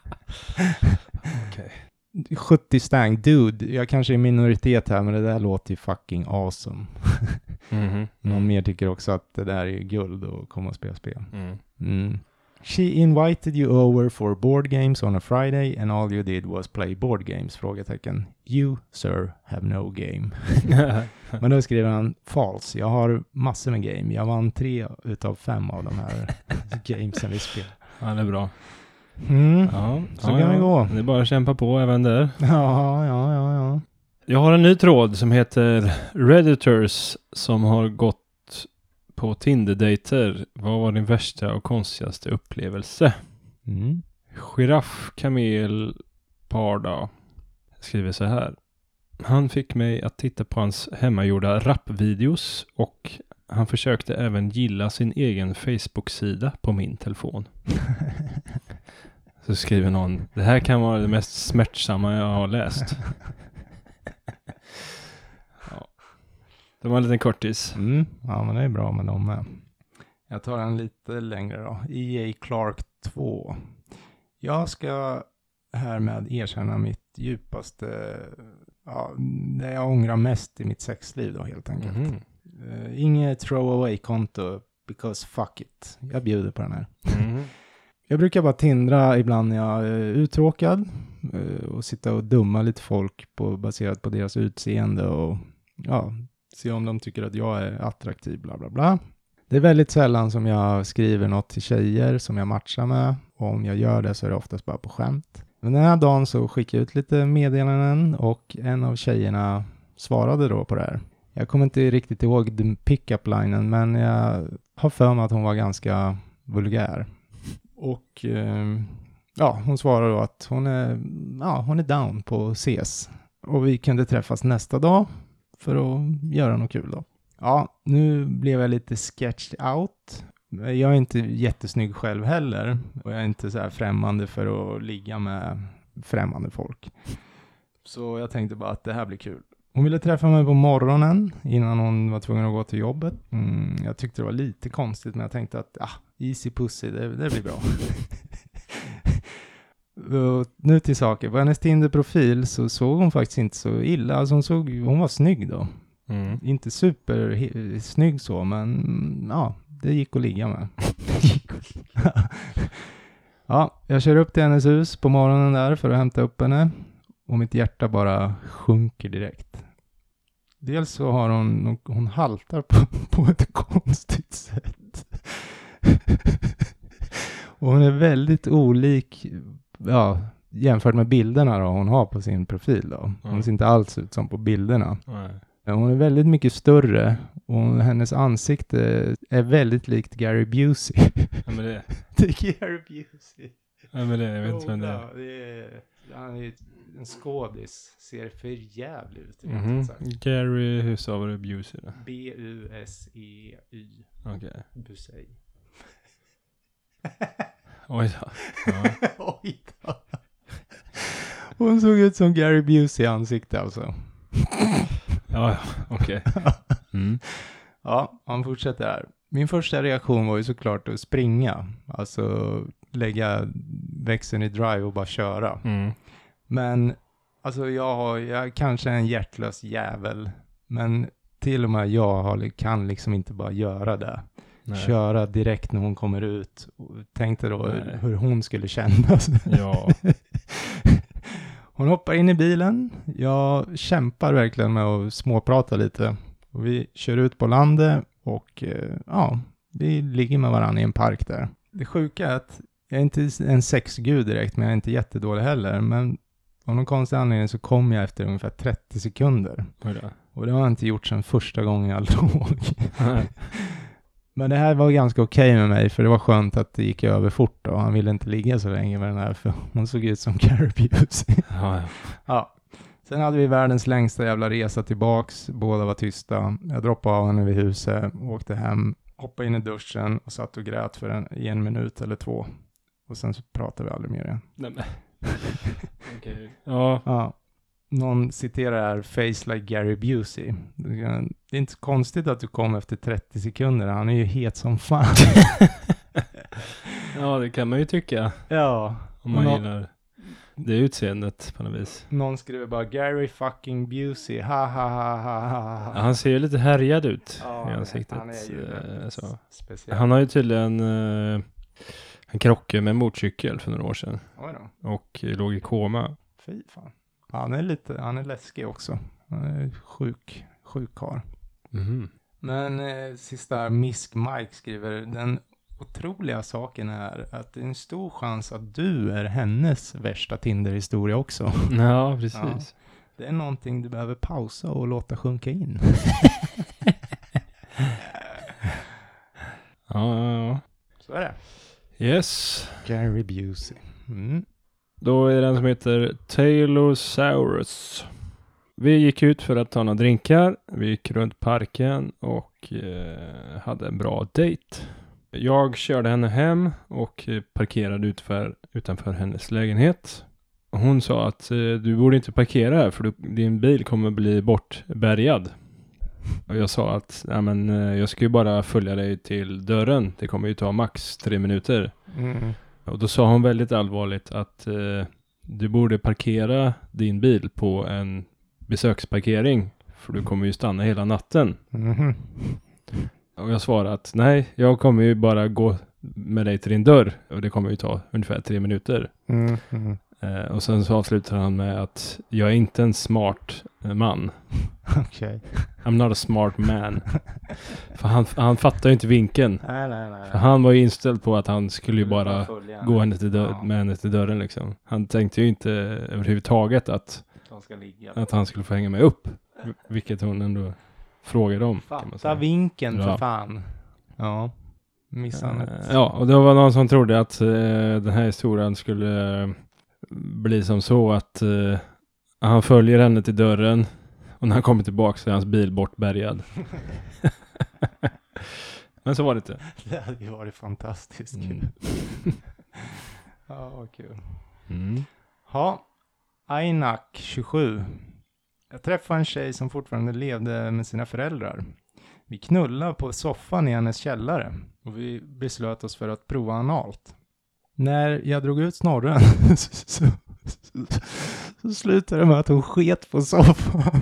Okej. sjuttio stang, dude, jag kanske är minoritet här men det där låter ju fucking awesome. Mm-hmm. Någon Mm. mer tycker också att det där är guld och komma och spela spel. Mm. Mm. She invited you over for board games on a Friday and all you did was play board games? Frågetecken. You, sir, have no game. Men då skriver han false. Jag har massor med game. Jag vann tre utav fem av de här gamesen vi spelar. Ja, det är bra. Mm. Ja, Så ja, kan ja. det gå. Det är bara att kämpa på även där. Ja, ja, ja, ja. Jag har en ny tråd som heter Redditors som har gått på Tinder-dejter. Vad var din värsta och konstigaste upplevelse? Mm. Giraff Kamel Parda skriver så här. Han fick mig att titta på hans hemmagjorda rapvideos och han försökte även gilla sin egen Facebook-sida på min telefon. Så skriver någon, det här kan vara det mest smärtsamma jag har läst. Ja. Det var en liten kortis. Mm. Ja, men det är bra med dem med. Jag tar en lite längre då. E A Clark två. Jag ska härmed erkänna mitt djupaste, ja, det jag ångrar mest i mitt sexliv då helt enkelt. Mm. Uh, inget throwaway-konto, because fuck it. Jag bjuder på den här. Mm. Jag brukar bara tindra ibland när jag är uttråkad uh, och sitta och dumma lite folk på, baserat på deras utseende och ja, se om de tycker att jag är attraktiv, bla bla bla. Det är väldigt sällan som jag skriver något till tjejer som jag matchar med. Och om jag gör det så är det oftast bara på skämt. Men den här dagen så skickade jag ut lite meddelanden och en av tjejerna svarade då på det här. Jag kommer inte riktigt ihåg den pick-up-linen, men jag har för mig att hon var ganska vulgär. Och eh, ja, hon svarade då att hon är, ja, hon är down på ses. Och vi kunde träffas nästa dag för att göra något kul då. Ja, nu blev jag lite sketched out. Jag är inte jättesnygg själv heller. Och jag är inte så här främmande för att ligga med främmande folk. Så jag tänkte bara att det här blir kul. Hon ville träffa mig på morgonen innan hon var tvungen att gå till jobbet. Mm, jag tyckte det var lite konstigt, men jag tänkte att ah, easy pussy, det, det blir bra. Och nu till saker. På hennes Tinder-profil så såg hon faktiskt inte så illa. Alltså hon, såg, hon var snygg då. Mm. Inte super he- snygg så, men ja, det gick att ligga med. Ja, jag kör upp till hennes hus på morgonen där för att hämta upp henne. Och mitt hjärta bara sjunker direkt. Dels så har hon, hon haltar på, på ett konstigt sätt. Och hon är väldigt olik, ja, jämfört med bilderna då hon har på sin profil då. Hon Mm. ser inte alls ut som på bilderna. Nej. Hon är väldigt mycket större och hennes ansikte är väldigt likt Gary Busey. Ja, men det, Det är Gary Busey. Ja, men det, jag vet inte vem det är. Ola, det är. Han är ju en skådis. Ser för jävligt ut. Mhm. Gary, hur sa du Busey då? B U S E Y. Okej. Busey. Oj då. Ja. Oj då. Hon såg ut som Gary Busey i ansikte alltså. Ja, ja, okej. Mm. Ja, han fortsätter här. Min första reaktion var ju såklart att springa. Alltså lägga växeln i drive och bara köra. Mm. Men alltså jag, har, jag kanske är en hjärtlös jävel. Men till och med jag har, kan liksom inte bara göra det. Nej. Köra direkt när hon kommer ut. Tänkte då Nej. hur hon skulle kännas. Ja. Hon hoppar in i bilen. Jag kämpar verkligen med att småprata lite. Och vi kör ut på landet och eh, ja, vi ligger med varandra i en park där. Det sjuka är att jag är inte en sexgud direkt, men jag är inte jättedålig heller. Men av någon konstig anledning så kom jag efter ungefär trettio sekunder. Oj då. Och det har jag inte gjort sedan första gången jag låg. Men det här var ganska okej med mig, för det var skönt att det gick över fort då. Han ville inte ligga så länge med den här, för hon såg ut som Gary Busey. Ja, ja. Ja. Sen hade vi världens längsta jävla resa tillbaks. Båda var tysta. Jag droppade av henne vid huset, åkte hem, hoppade in i duschen och satt och grät för en, i en minut eller två. Och sen så pratade vi aldrig mer igen. Nej, men. Okej. Ja. Ja. Någon citerar här, face like Gary Busey. Det är inte konstigt att du kom efter trettio sekunder. Han är ju het som fan. Ja, det kan man ju tycka. Ja. Om man Nå- gillar det utseendet på något vis. Någon skriver bara Gary fucking Busey. Ha ha ha ha ha. Ja, han ser ju lite härjad ut Ja, i ansiktet. han är ju eh, så. speciell. Han har ju tydligen eh, han krockade med en motorcykel för några år sedan. Oj då. Och eh, låg i koma. Fy fan. Han är lite, han är läskig också. Han är sjuk, sjuk karl. Mhm. Men eh, sista Misk Mike skriver, den otroliga saken är att det är en stor chans att du är hennes värsta Tinder-historia också. Ja, precis. Det är någonting du behöver pausa och låta sjunka in. Ja, ja, ja. Så är det. Yes. Gary Busey. Mm. Då är det en som heter Taylorsaurus. Vi gick ut för att ta några drinkar. Vi gick runt parken och eh, hade en bra dejt. Jag körde henne hem och eh, parkerade utanför, utanför hennes lägenhet. Hon sa att eh, du borde inte parkera här för du, din bil kommer bli bortbärgad. Och jag sa att nej, men, eh, jag ska ju bara följa dig till dörren. Det kommer ju ta max tre minuter. Mm. Och då sa hon väldigt allvarligt att eh, du borde parkera din bil på en besöksparkering. För du kommer ju stanna hela natten. Mhm. Och jag svarade att nej, jag kommer ju bara gå med dig till din dörr. Och det kommer ju ta ungefär tre minuter. Mm. Mm. Eh, och sen så avslutar han med att jag är inte en smart eh, man. Okej. I'm not a smart man. För han, han fattar ju inte vinkeln. Nej, nej, nej. För han var ju inställd på att han skulle ju bara följa gå henne till dörr, Ja. med henne till dörren liksom. Han tänkte ju inte överhuvudtaget att, De ska ligga. att han skulle få hänga med upp. v- Vilket hon ändå frågade om. Kan man Fatta säga. vinkeln för Ja. fan. Ja. Missade han Eh, ett. Ja, och det var någon som trodde att eh, den här historien skulle eh, bli som så att eh, han följer henne till dörren och när han kommer tillbaka så är hans bil bortbärgad. Men så var det inte. Det hade ju varit fantastiskt kul. Mm. Ja, vad kul. Mm. Ja, Ainak tjugosju. Jag träffade en tjej som fortfarande levde med sina föräldrar. Vi knullade på soffan i hennes källare och vi beslöt oss för att prova analt. När jag drog ut snorren så, så, så, så slutade det med att hon sket på soffan.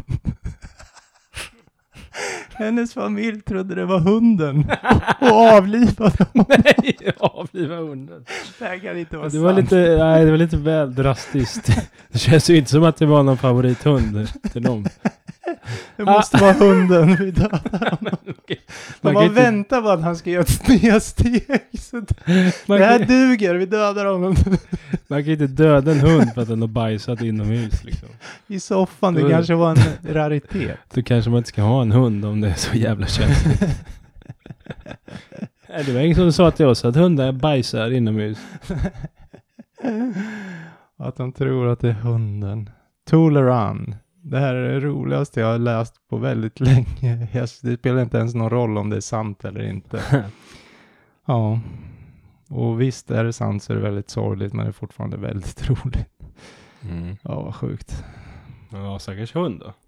Hennes familj trodde det var hunden och avlivade honom. Nej, avliva hunden. Det här kan inte vara Det var, sant. lite, nej, det var lite väl drastiskt. Det känns ju inte som att det var någon favorithund till dem. Det måste vara hunden vi dödar honom. Okay. Man Man bara kan inte- väntar på att han ska göra ett snedsteg. Så det Man det här kan, duger, vi dödar honom man kan inte döda en hund för att den har bajsat inomhus liksom. i soffan. Det Då- kanske var en raritet. Då kanske man inte ska ha en hund om det är så jävla känsligt. Nej, det var ingen som sa till oss att hundar bajsar inomhus. Att de tror att det är hunden. Toleran. Det här är det roligaste jag har läst på väldigt länge. Det spelar inte ens någon roll om det är sant eller inte. Ja. Och visst är det sant så är det väldigt sorgligt, men det är fortfarande väldigt roligt. Mm. Ja, vad sjukt. Ja, säkert hund då.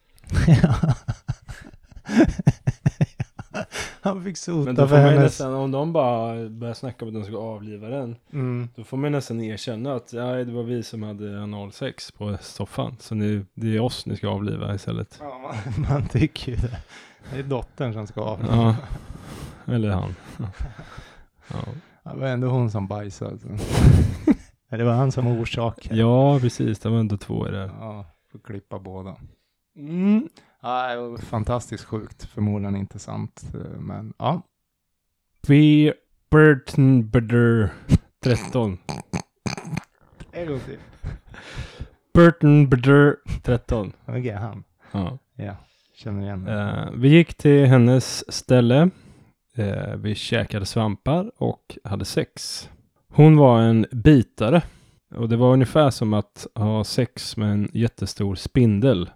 Han fick sota Men då för får man hennes... nästan, om de bara börjar snacka om att de ska avliva den, Mm. då får man nästan erkänna att ja, det var vi som hade analsex på soffan. Så nu, det är oss ni ska avliva istället. Ja, man, man tycker ju det. Det är dottern som ska avliva. Ja, eller han. Ja. Ja. Det var ändå hon som bajsade. Det var han som orsakade. Ja, precis. Det var ändå två i det. Ja, får klippa båda. Mm. Ja, det var fantastiskt sjukt. Förmodligen inte sant. Men ja. Vi Burton tretton. En gång till. Burton tretton. Okej, okay, han. Ja. Ja, känner igen. Uh, vi gick till hennes ställe. Uh, vi käkade svampar och hade sex. Hon var en bitare. Och det var ungefär som att ha sex med en jättestor spindel.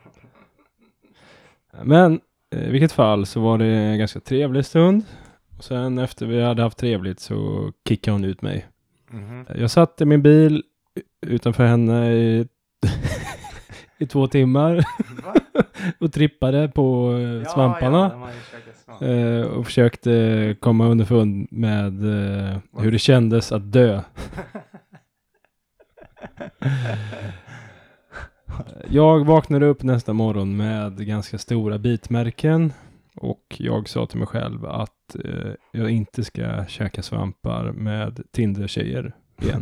Men i vilket fall så var det en ganska trevlig stund. Och sen efter vi hade haft trevligt så kickade hon ut mig. Mm-hmm. Jag satt i min bil utanför henne i, i två timmar. Och trippade på ja, svamparna. Ja, eh, och försökte komma underfund med eh, hur det kändes att dö. Jag vaknade upp nästa morgon med ganska stora bitmärken. Och jag sa till mig själv att eh, jag inte ska käka svampar med Tinder-tjejer igen.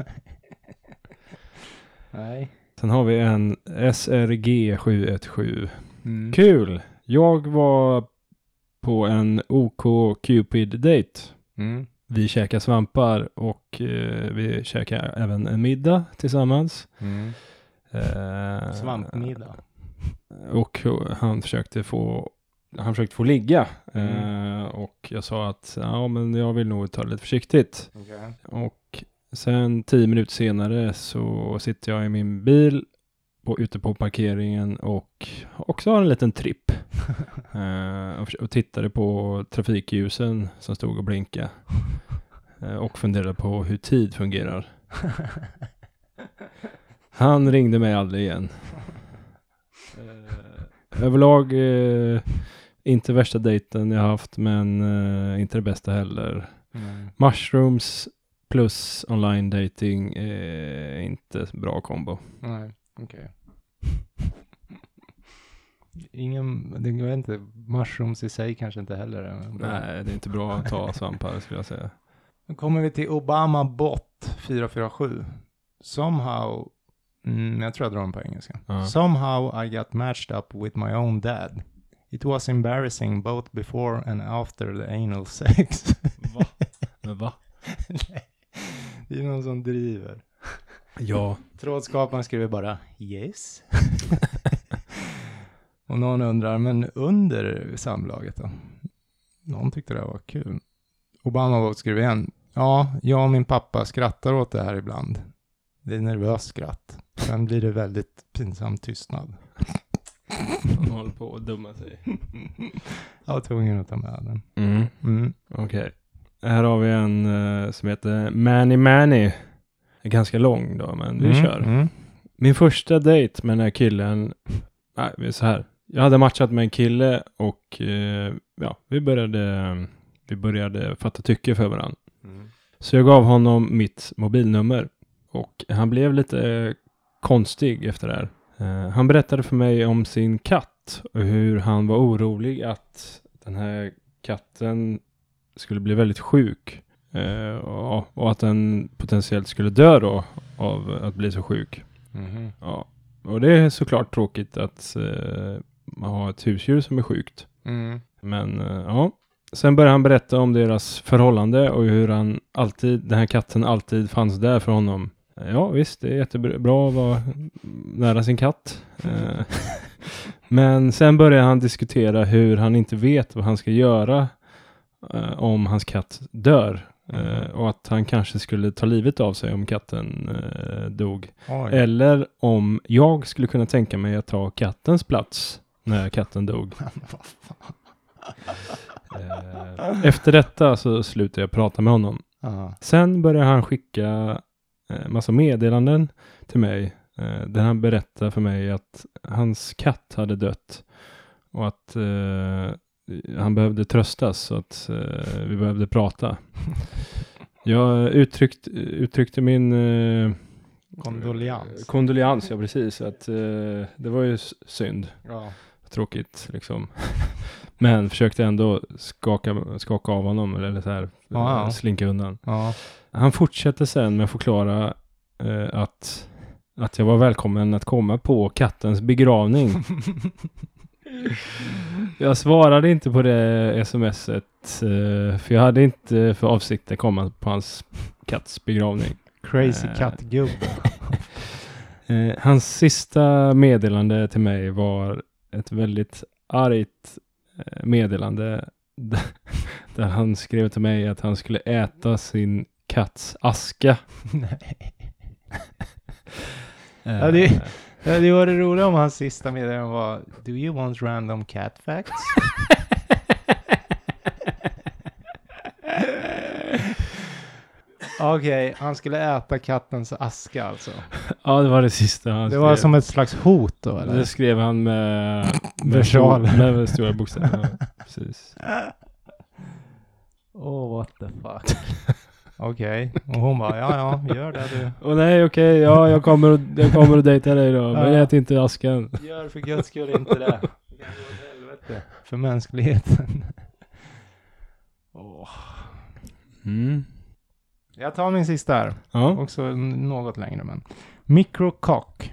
Nej. Sen har vi en S R G sju ett sju. Mm. Kul! Jag var på en OK Cupid-date. Mm. Vi käkade svampar och eh, vi käkade även en middag tillsammans. Mm. Eh, Svampmiddag. Och han försökte få han försökte få ligga. Mm. Eh, och jag sa att ja, men jag vill nog ta det lite försiktigt. Okay. Och sen tio minuter senare så sitter jag i min bil på, ute på parkeringen och också har en liten tripp. eh, och, och tittade på trafikljusen som stod och blinkade. Eh, och funderade på hur tid fungerar. Han ringde mig aldrig igen. Eh, överlag eh, inte värsta dejten jag haft, men eh, inte det bästa heller. Mm. Mushrooms plus online dating är inte bra kombo. Nej, okej. Okay. Ingen, det går inte, mushrooms i sig kanske inte heller är bra. Nej, det är inte bra att ta svampar skulle jag säga. Nu kommer vi till Obama Bot fyra fyra sju. Somehow, mm, jag tror jag drar den på engelska. Uh-huh. Somehow I got matched up with my own dad. It was embarrassing both before and after the anal sex. Va? Men va? Det är någon som driver. Ja. Trådskaparen skriver bara yes. Och någon undrar, men under samlaget då? Någon tyckte det var kul. Obama skriver igen. Ja, jag och min pappa skrattar åt det här ibland. Det är nervöst skratt. Sen blir det väldigt pinsam tystnad. Han håller på att dumma sig. Jag var tvungen att ta med den. Mm. Mm. Okej. Okay. Här har vi en uh, som heter Manny Manny. Är ganska lång då, men vi mm. kör. Mm. Min första dejt med den här killen. Nej, vi är så här. Jag hade matchat med en kille och uh, ja, vi började, vi började fatta tycke för varandra. Mm. Så jag gav honom mitt mobilnummer. Och han blev lite uh, konstig efter det här. Uh, han berättade för mig om sin katt och hur han var orolig att den här katten skulle bli väldigt sjuk uh, och, och att den potentiellt skulle dö då av att bli så sjuk. Mm-hmm. Ja. Och det är såklart tråkigt att uh, man har ett husdjur som är sjukt. Mm. Men uh, ja, sen började han berätta om deras förhållande och hur han alltid, den här katten alltid fanns där för honom. Ja visst, det är jättebra att vara nära sin katt. Men sen börjar han diskutera hur han inte vet vad han ska göra om hans katt dör. Mm. Mm. Och att han kanske skulle ta livet av sig om katten eh, dog. Oj. Eller om jag skulle kunna tänka mig att ta kattens plats när katten dog. eh, efter detta så slutade jag prata med honom. Ja. Sen började han skicka eh, massa meddelanden till mig. Eh, där han berättade för mig att hans katt hade dött. Och att eh, han behövde tröstas, så att eh, vi behövde prata. Jag uttryckt, uttryckte min eh, Kondolians. kondolians, ja precis. Att, eh, det var ju synd. Ja. Tråkigt liksom. Men försökte ändå skaka, skaka av honom eller så här, Ja. slinka undan. Ja. Han fortsatte sen med att förklara eh, att, att jag var välkommen att komma på kattens begravning. Jag svarade inte på det smset eh, för jag hade inte för avsikt att komma på hans katts begravning. Crazy Eh. kattgubbe. Eh, hans sista meddelande till mig var ett väldigt argt eh, meddelande där, där han skrev till mig att han skulle äta sin katts aska. Nej. Eh, Ja, det, ja, det var det roliga om hans sista meddelande var Do you want random cat facts? Okej, okay, han skulle äta kattens aska alltså. Ja, det var det sista han Det skrev. var som ett slags hot då, eller? Det skrev han med, med, Versaler. stor, med stora bokstäver. Ja, precis. Oh, what the fuck. Okej, okay. Och hon bara, ja ja, gör det du. Och nej, okej, okay, ja, jag kommer, och, jag kommer att dejta dig då, men Ja. ät inte askan. Gör för guds skull inte det. Det kan gå åt helvete. För mänskligheten. Oh. Mm. Jag tar min sista här. Ja. Också något längre, men. Microcock.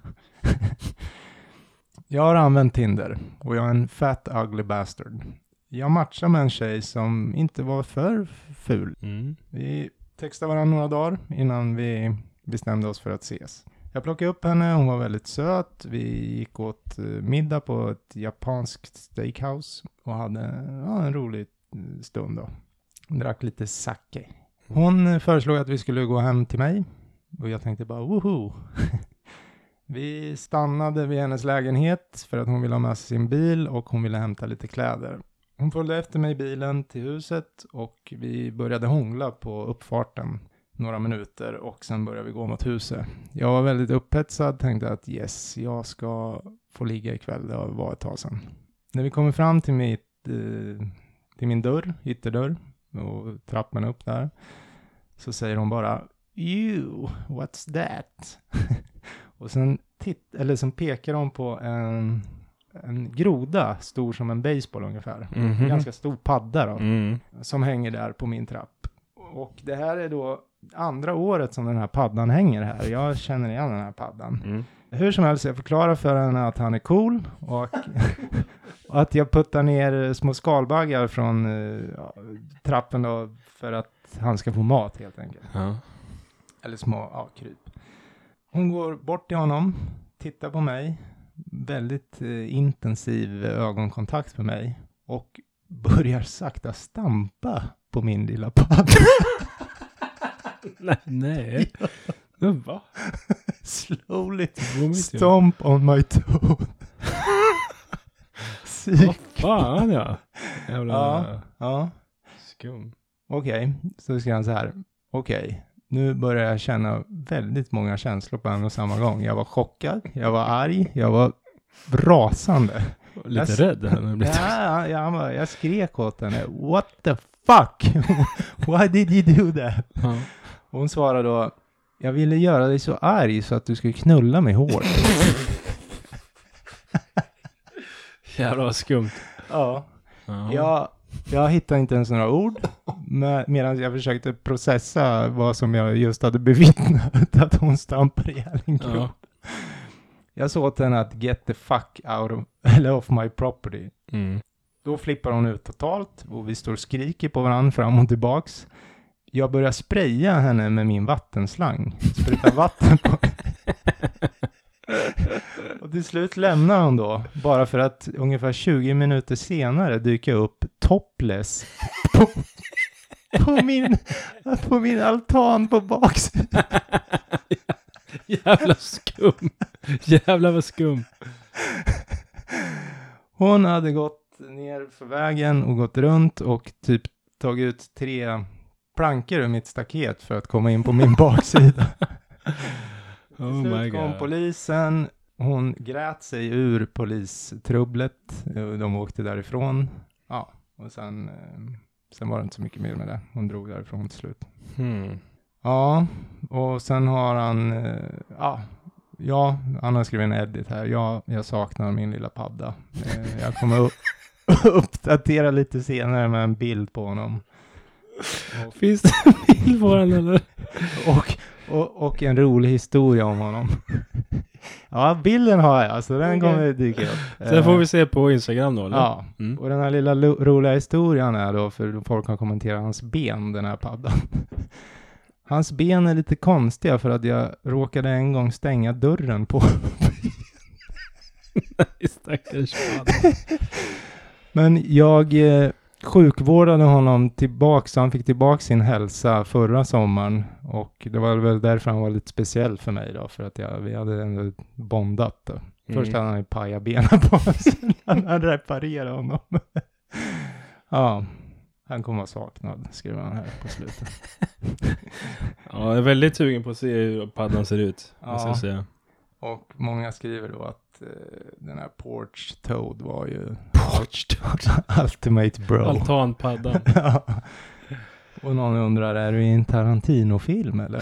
Jag har använt Tinder och jag är en fat ugly bastard. Jag matchade med en tjej som inte var för ful. Mm. Vi textade varandra några dagar innan vi bestämde oss för att ses. Jag plockade upp henne, hon var väldigt söt. Vi gick åt middag på ett japanskt steakhouse och hade ja, en rolig stund då. Drack lite sake. Hon föreslog att vi skulle gå hem till mig och jag tänkte bara woho. Vi stannade vid hennes lägenhet för att hon ville ha med sig sin bil och hon ville hämta lite kläder. Hon följde efter mig i bilen till huset och vi började hångla på uppfarten några minuter och sen började vi gå mot huset. Jag var väldigt upphetsad, tänkte att yes, jag ska få ligga ikväll, det var ett tag sedan. När vi kommer fram till, mitt, eh, till min dörr, ytterdörr och trappan upp där så säger hon bara you, what's that? Och sen, titt, eller sen pekar hon på en... en groda stor som en baseball ungefär. Mm-hmm. En ganska stor padda då. Mm. Som hänger där på min trapp. Och det här är då andra året som den här paddan hänger här. Jag känner igen den här paddan. Mm. Hur som helst, jag förklarar för henne att han är cool. Och, och att jag puttar ner små skalbaggar från uh, trappen då. För att han ska få mat helt enkelt. Ja. Eller små ja, kryp. Hon går bort till honom. Tittar på mig. Väldigt eh, intensiv ögonkontakt med mig och börjar sakta stampa på min lilla padda. Nej. Nej. Ja. Va? Slowly stomp on my toe. Vad fan ja. Jävla Ja, ja. skum. Okej, okay. Så ska han så här. Okej, okay. Nu börjar jag känna väldigt många känslor på en och samma gång. Jag var chockad, jag var arg, jag var rasande. Lite jag, rädd henne blivit. Ja, ja, jag, jag skrek åt henne. What the fuck? Why did you do that? Ja. Och hon svarade då, jag ville göra dig så arg så att du skulle knulla mig hårt. Jävlar vad skumt. Ja. Ja. Jag, jag hittade inte ens några ord med, medan jag försökte processa vad som jag just hade bevittnat, att hon stampade ihjäl en kropp. Ja. Jag sa åt henne att get the fuck out of, eller off my property. Mm. Då flippar hon ut totalt och vi står och skriker på varandra fram och tillbaks. Jag börjar spraya henne med min vattenslang. Spruta vatten på. Och till slut lämnar hon då. Bara för att ungefär tjugo minuter senare dyka upp topless på, på min, på min altan på baksidan. Jävla skum. Jävla vad skum. Hon hade gått ner för vägen och gått runt och typ tagit ut tre plankor ur mitt staket för att komma in på min baksida. Oh Till my slut kom god. polisen. Hon grät sig ur polistrubblet. De åkte därifrån. Ja, och sen, sen var det inte så mycket mer med det. Hon drog därifrån till slut. Hmm. Ja, och sen har han, ja, ja han har skrivit en edit här. Ja, jag saknar min lilla padda. Jag kommer upp, uppdatera lite senare med en bild på honom. Och finns det en bild på den eller? Och, och, och en rolig historia om honom. Ja, bilden har jag, så den Okay. kommer dyka upp. Sen får vi se på Instagram då, eller? Ja, Mm. och den här lilla lo- roliga historien är då, för folk har kommenterat hans ben, den här paddan. Hans ben är lite konstiga för att jag råkade en gång stänga dörren på. Stackars padda. Men jag eh, sjukvårdade honom tillbaka, så han fick tillbaka sin hälsa förra sommaren. Och det var väl därför han var lite speciell för mig då, för att jag, vi hade ändå bondat då. Först hade han ju pajat benen på oss, han hade reparerat honom. Ja, han kommer vara saknad, skriver han här på slutet. Ja, jag är väldigt sugen på att se hur paddan ser ut. Ja. Måste jag säga. Och många skriver då att eh, den här Porch Toad var ju Porch Toad. Ultimate Bro. Altanpaddan. Ja. Och någon undrar, är du i en Tarantino-film eller?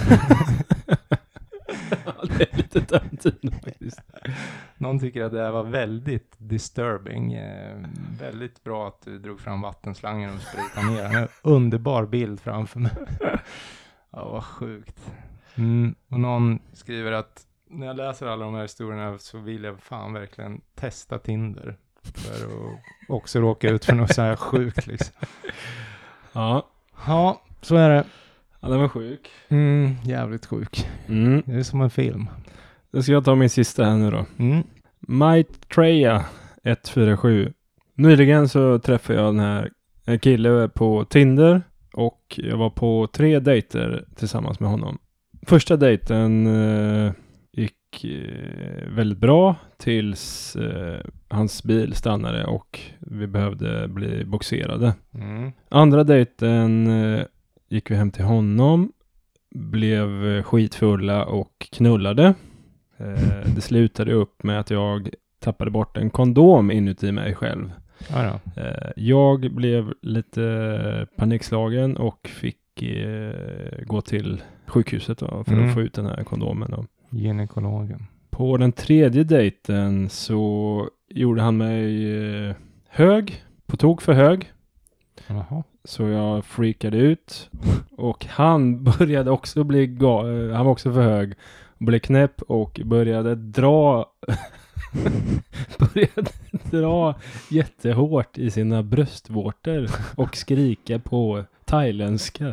Ja, det är lite Tarantino faktiskt. Någon tycker att det här var väldigt disturbing. Eh, väldigt bra att du drog fram vattenslangen och sprutade ner. En underbar bild framför mig. Ja, vad sjukt. Mm. Och någon skriver att när jag läser alla de här historierna så vill jag fan verkligen testa Tinder. För att också råka ut för något så här sjukt liksom. Ja. Ja, så är det. Ja, den var sjuk. Mm, jävligt sjuk. Mm. Det är som en film. Då ska jag ta min sista här nu då. Mm. Maitreya ett fyra sju. Nyligen så träffade jag den här en kille på Tinder och jag var på tre dejter tillsammans med honom. Första dejten eh, gick eh, väldigt bra tills eh, hans bil stannade och vi behövde bli boxerade. Mm. Andra dejten eh, gick vi hem till honom, blev eh, skitfulla och knullade. Eh, det slutade upp med att jag tappade bort en kondom inuti mig själv. Ja, då. Eh, jag blev lite panikslagen och fick eh, gå till sjukhuset då, för Mm. att få ut den här kondomen. Då. Gynekologen. På den tredje dejten så gjorde han mig eh, hög, på tok för hög. Jaha. Så jag freakade ut och han började också bli ga- han var också för hög och blev knäpp och började dra började dra jättehårt i sina bröstvårtor och skrika på thailändska.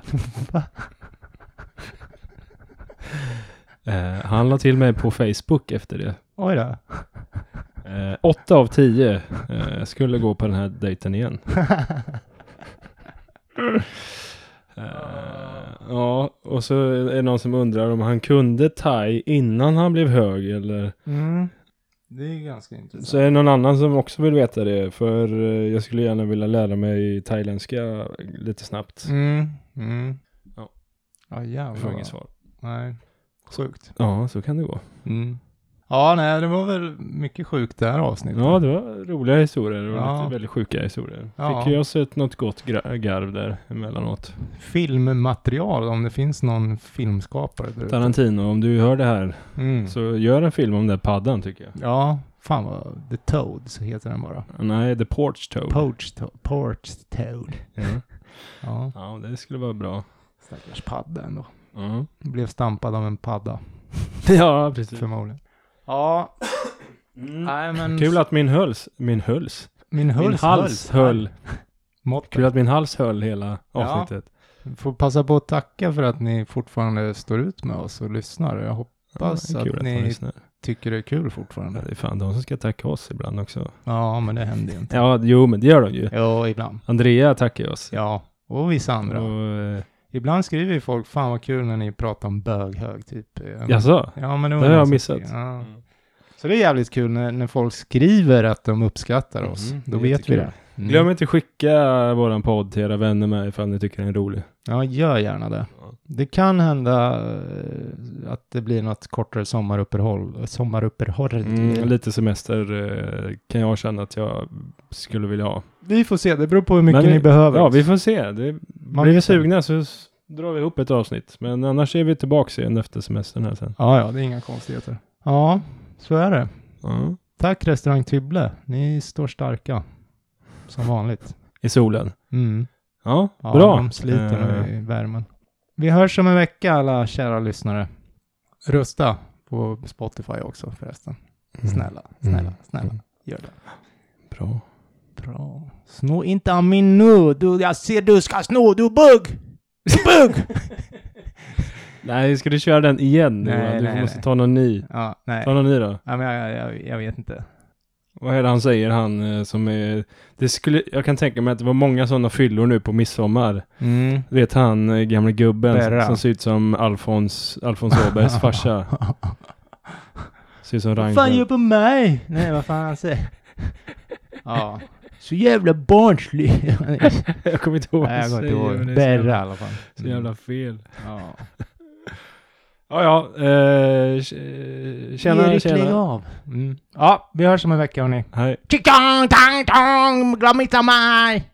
eh, han la till mig på Facebook efter det. Oj då. Eh, åtta av tio eh, skulle gå på den här dejten igen. Uh, ja, och så är det någon som undrar om han kunde thai innan han blev hög eller... Mm. Det är ganska intressant. Så är det någon annan som också vill veta det, för uh, jag skulle gärna vilja lära mig thailändska lite snabbt. Mm. Mm. Ja. Ja, Jag får jävlar. inget svar. Nej. Sjukt. Ja, så kan det gå. Mm. Ja, nej, det var väl mycket sjukt det här avsnittet. Ja, det var roliga historier och Ja. lite väldigt sjuka historier. Ja. Fick jag sett något gott gra- garv där emellanåt. Filmmaterial, om det finns någon filmskapare där ute. Tarantino, om du hör det här Mm. så gör en film om den paddan tycker jag. Ja, fan vad... The Toad, så heter den bara. Nej, The Porch Toad. Porch Toad. Porch Toad. Ja. Ja, Ja, det skulle vara bra. stackars padda ändå. Ja, Blev stampad av en padda, ja precis. förmodligen. Ja, Mm. nej men... Kul att min höls, min höls, Min, min höls, hals höll. Mått. Kul att min hals höll hela Ja. avsnittet. Får passa på att tacka för att ni fortfarande står ut med oss och lyssnar. Jag hoppas Ja, det är kul att att ni man lyssnar. tycker det är kul Ja, fortfarande. det är fan de som ska tacka oss ibland också. Ja, men det händer ju inte. Ja, jo men det gör de ju. Jo, ibland. Andrea tackar oss. Ja, Och vissa andra. Och, eh, Ibland skriver ju folk, fan vad kul när ni pratar om böghög typ. jaså? Ja, men det, Det har jag någon som missat. skrev. Ja. Så det är jävligt kul när, när folk skriver att de uppskattar oss. Mm, Då det är vet vi jättekul. det. Mm. Glöm inte att skicka våran podd till era vänner med ifall ni tycker den är rolig. Ja, gör gärna det. Det kan hända eh, att det blir något kortare sommaruppehåll. Sommaruppehåll. Mm, lite semester eh, kan jag känna att jag skulle vilja ha. Vi får se, det beror på hur mycket Men vi- ni behöver. Ja, vi får se. Det, Man blir vi vet inte. sugna så s- drar vi ihop ett avsnitt. Men annars är vi tillbaka igen efter semestern här sen. Ja, ja, det är inga konstigheter. Ja, så är det. Ja. Tack restaurang Tybble. Ni står starka. Som vanligt. I solen. Mm. Ja, Ja, bra. de sliter nu Eh, i värmen. Vi hörs om en vecka alla kära lyssnare. Rösta på Spotify också förresten. Snälla, snälla, Mm. snälla. Mm. Gör det. Bra. Bra. Snå inte av min nu. Du, jag ser du ska snå. Du bugg! Bugg! Nej, ska du köra den igen nu? Nej, va? Du nej, måste nej. ta någon ny. Ja, nej. Ta någon ny då. Ja, men jag, jag, jag vet inte. Vad är det han säger, han eh, som är... Det skulle, jag kan tänka mig att det var många sådana fyllor nu på midsommar. Mm. Du vet han, eh, gamla gubben som, Berra. som ser ut som Alfons, Alfons Åbergs farsa. Ser ut som Vad fan gör Rangel. på mig? Nej, vad fan han säger. Ja. Så jävla barnslig. Jag kommer inte ihåg vad Nej, jag han går inte säger, ihåg. men det är så Berra i jävla- alla fall. Så jävla fel. Ja. Ja, ja. Eh, tj- tjena, Erik, lägg tjena. av. Mm. Ja, vi hörs om en vecka hörni. Hej. Tjing tang tang tang, glöm inte mig!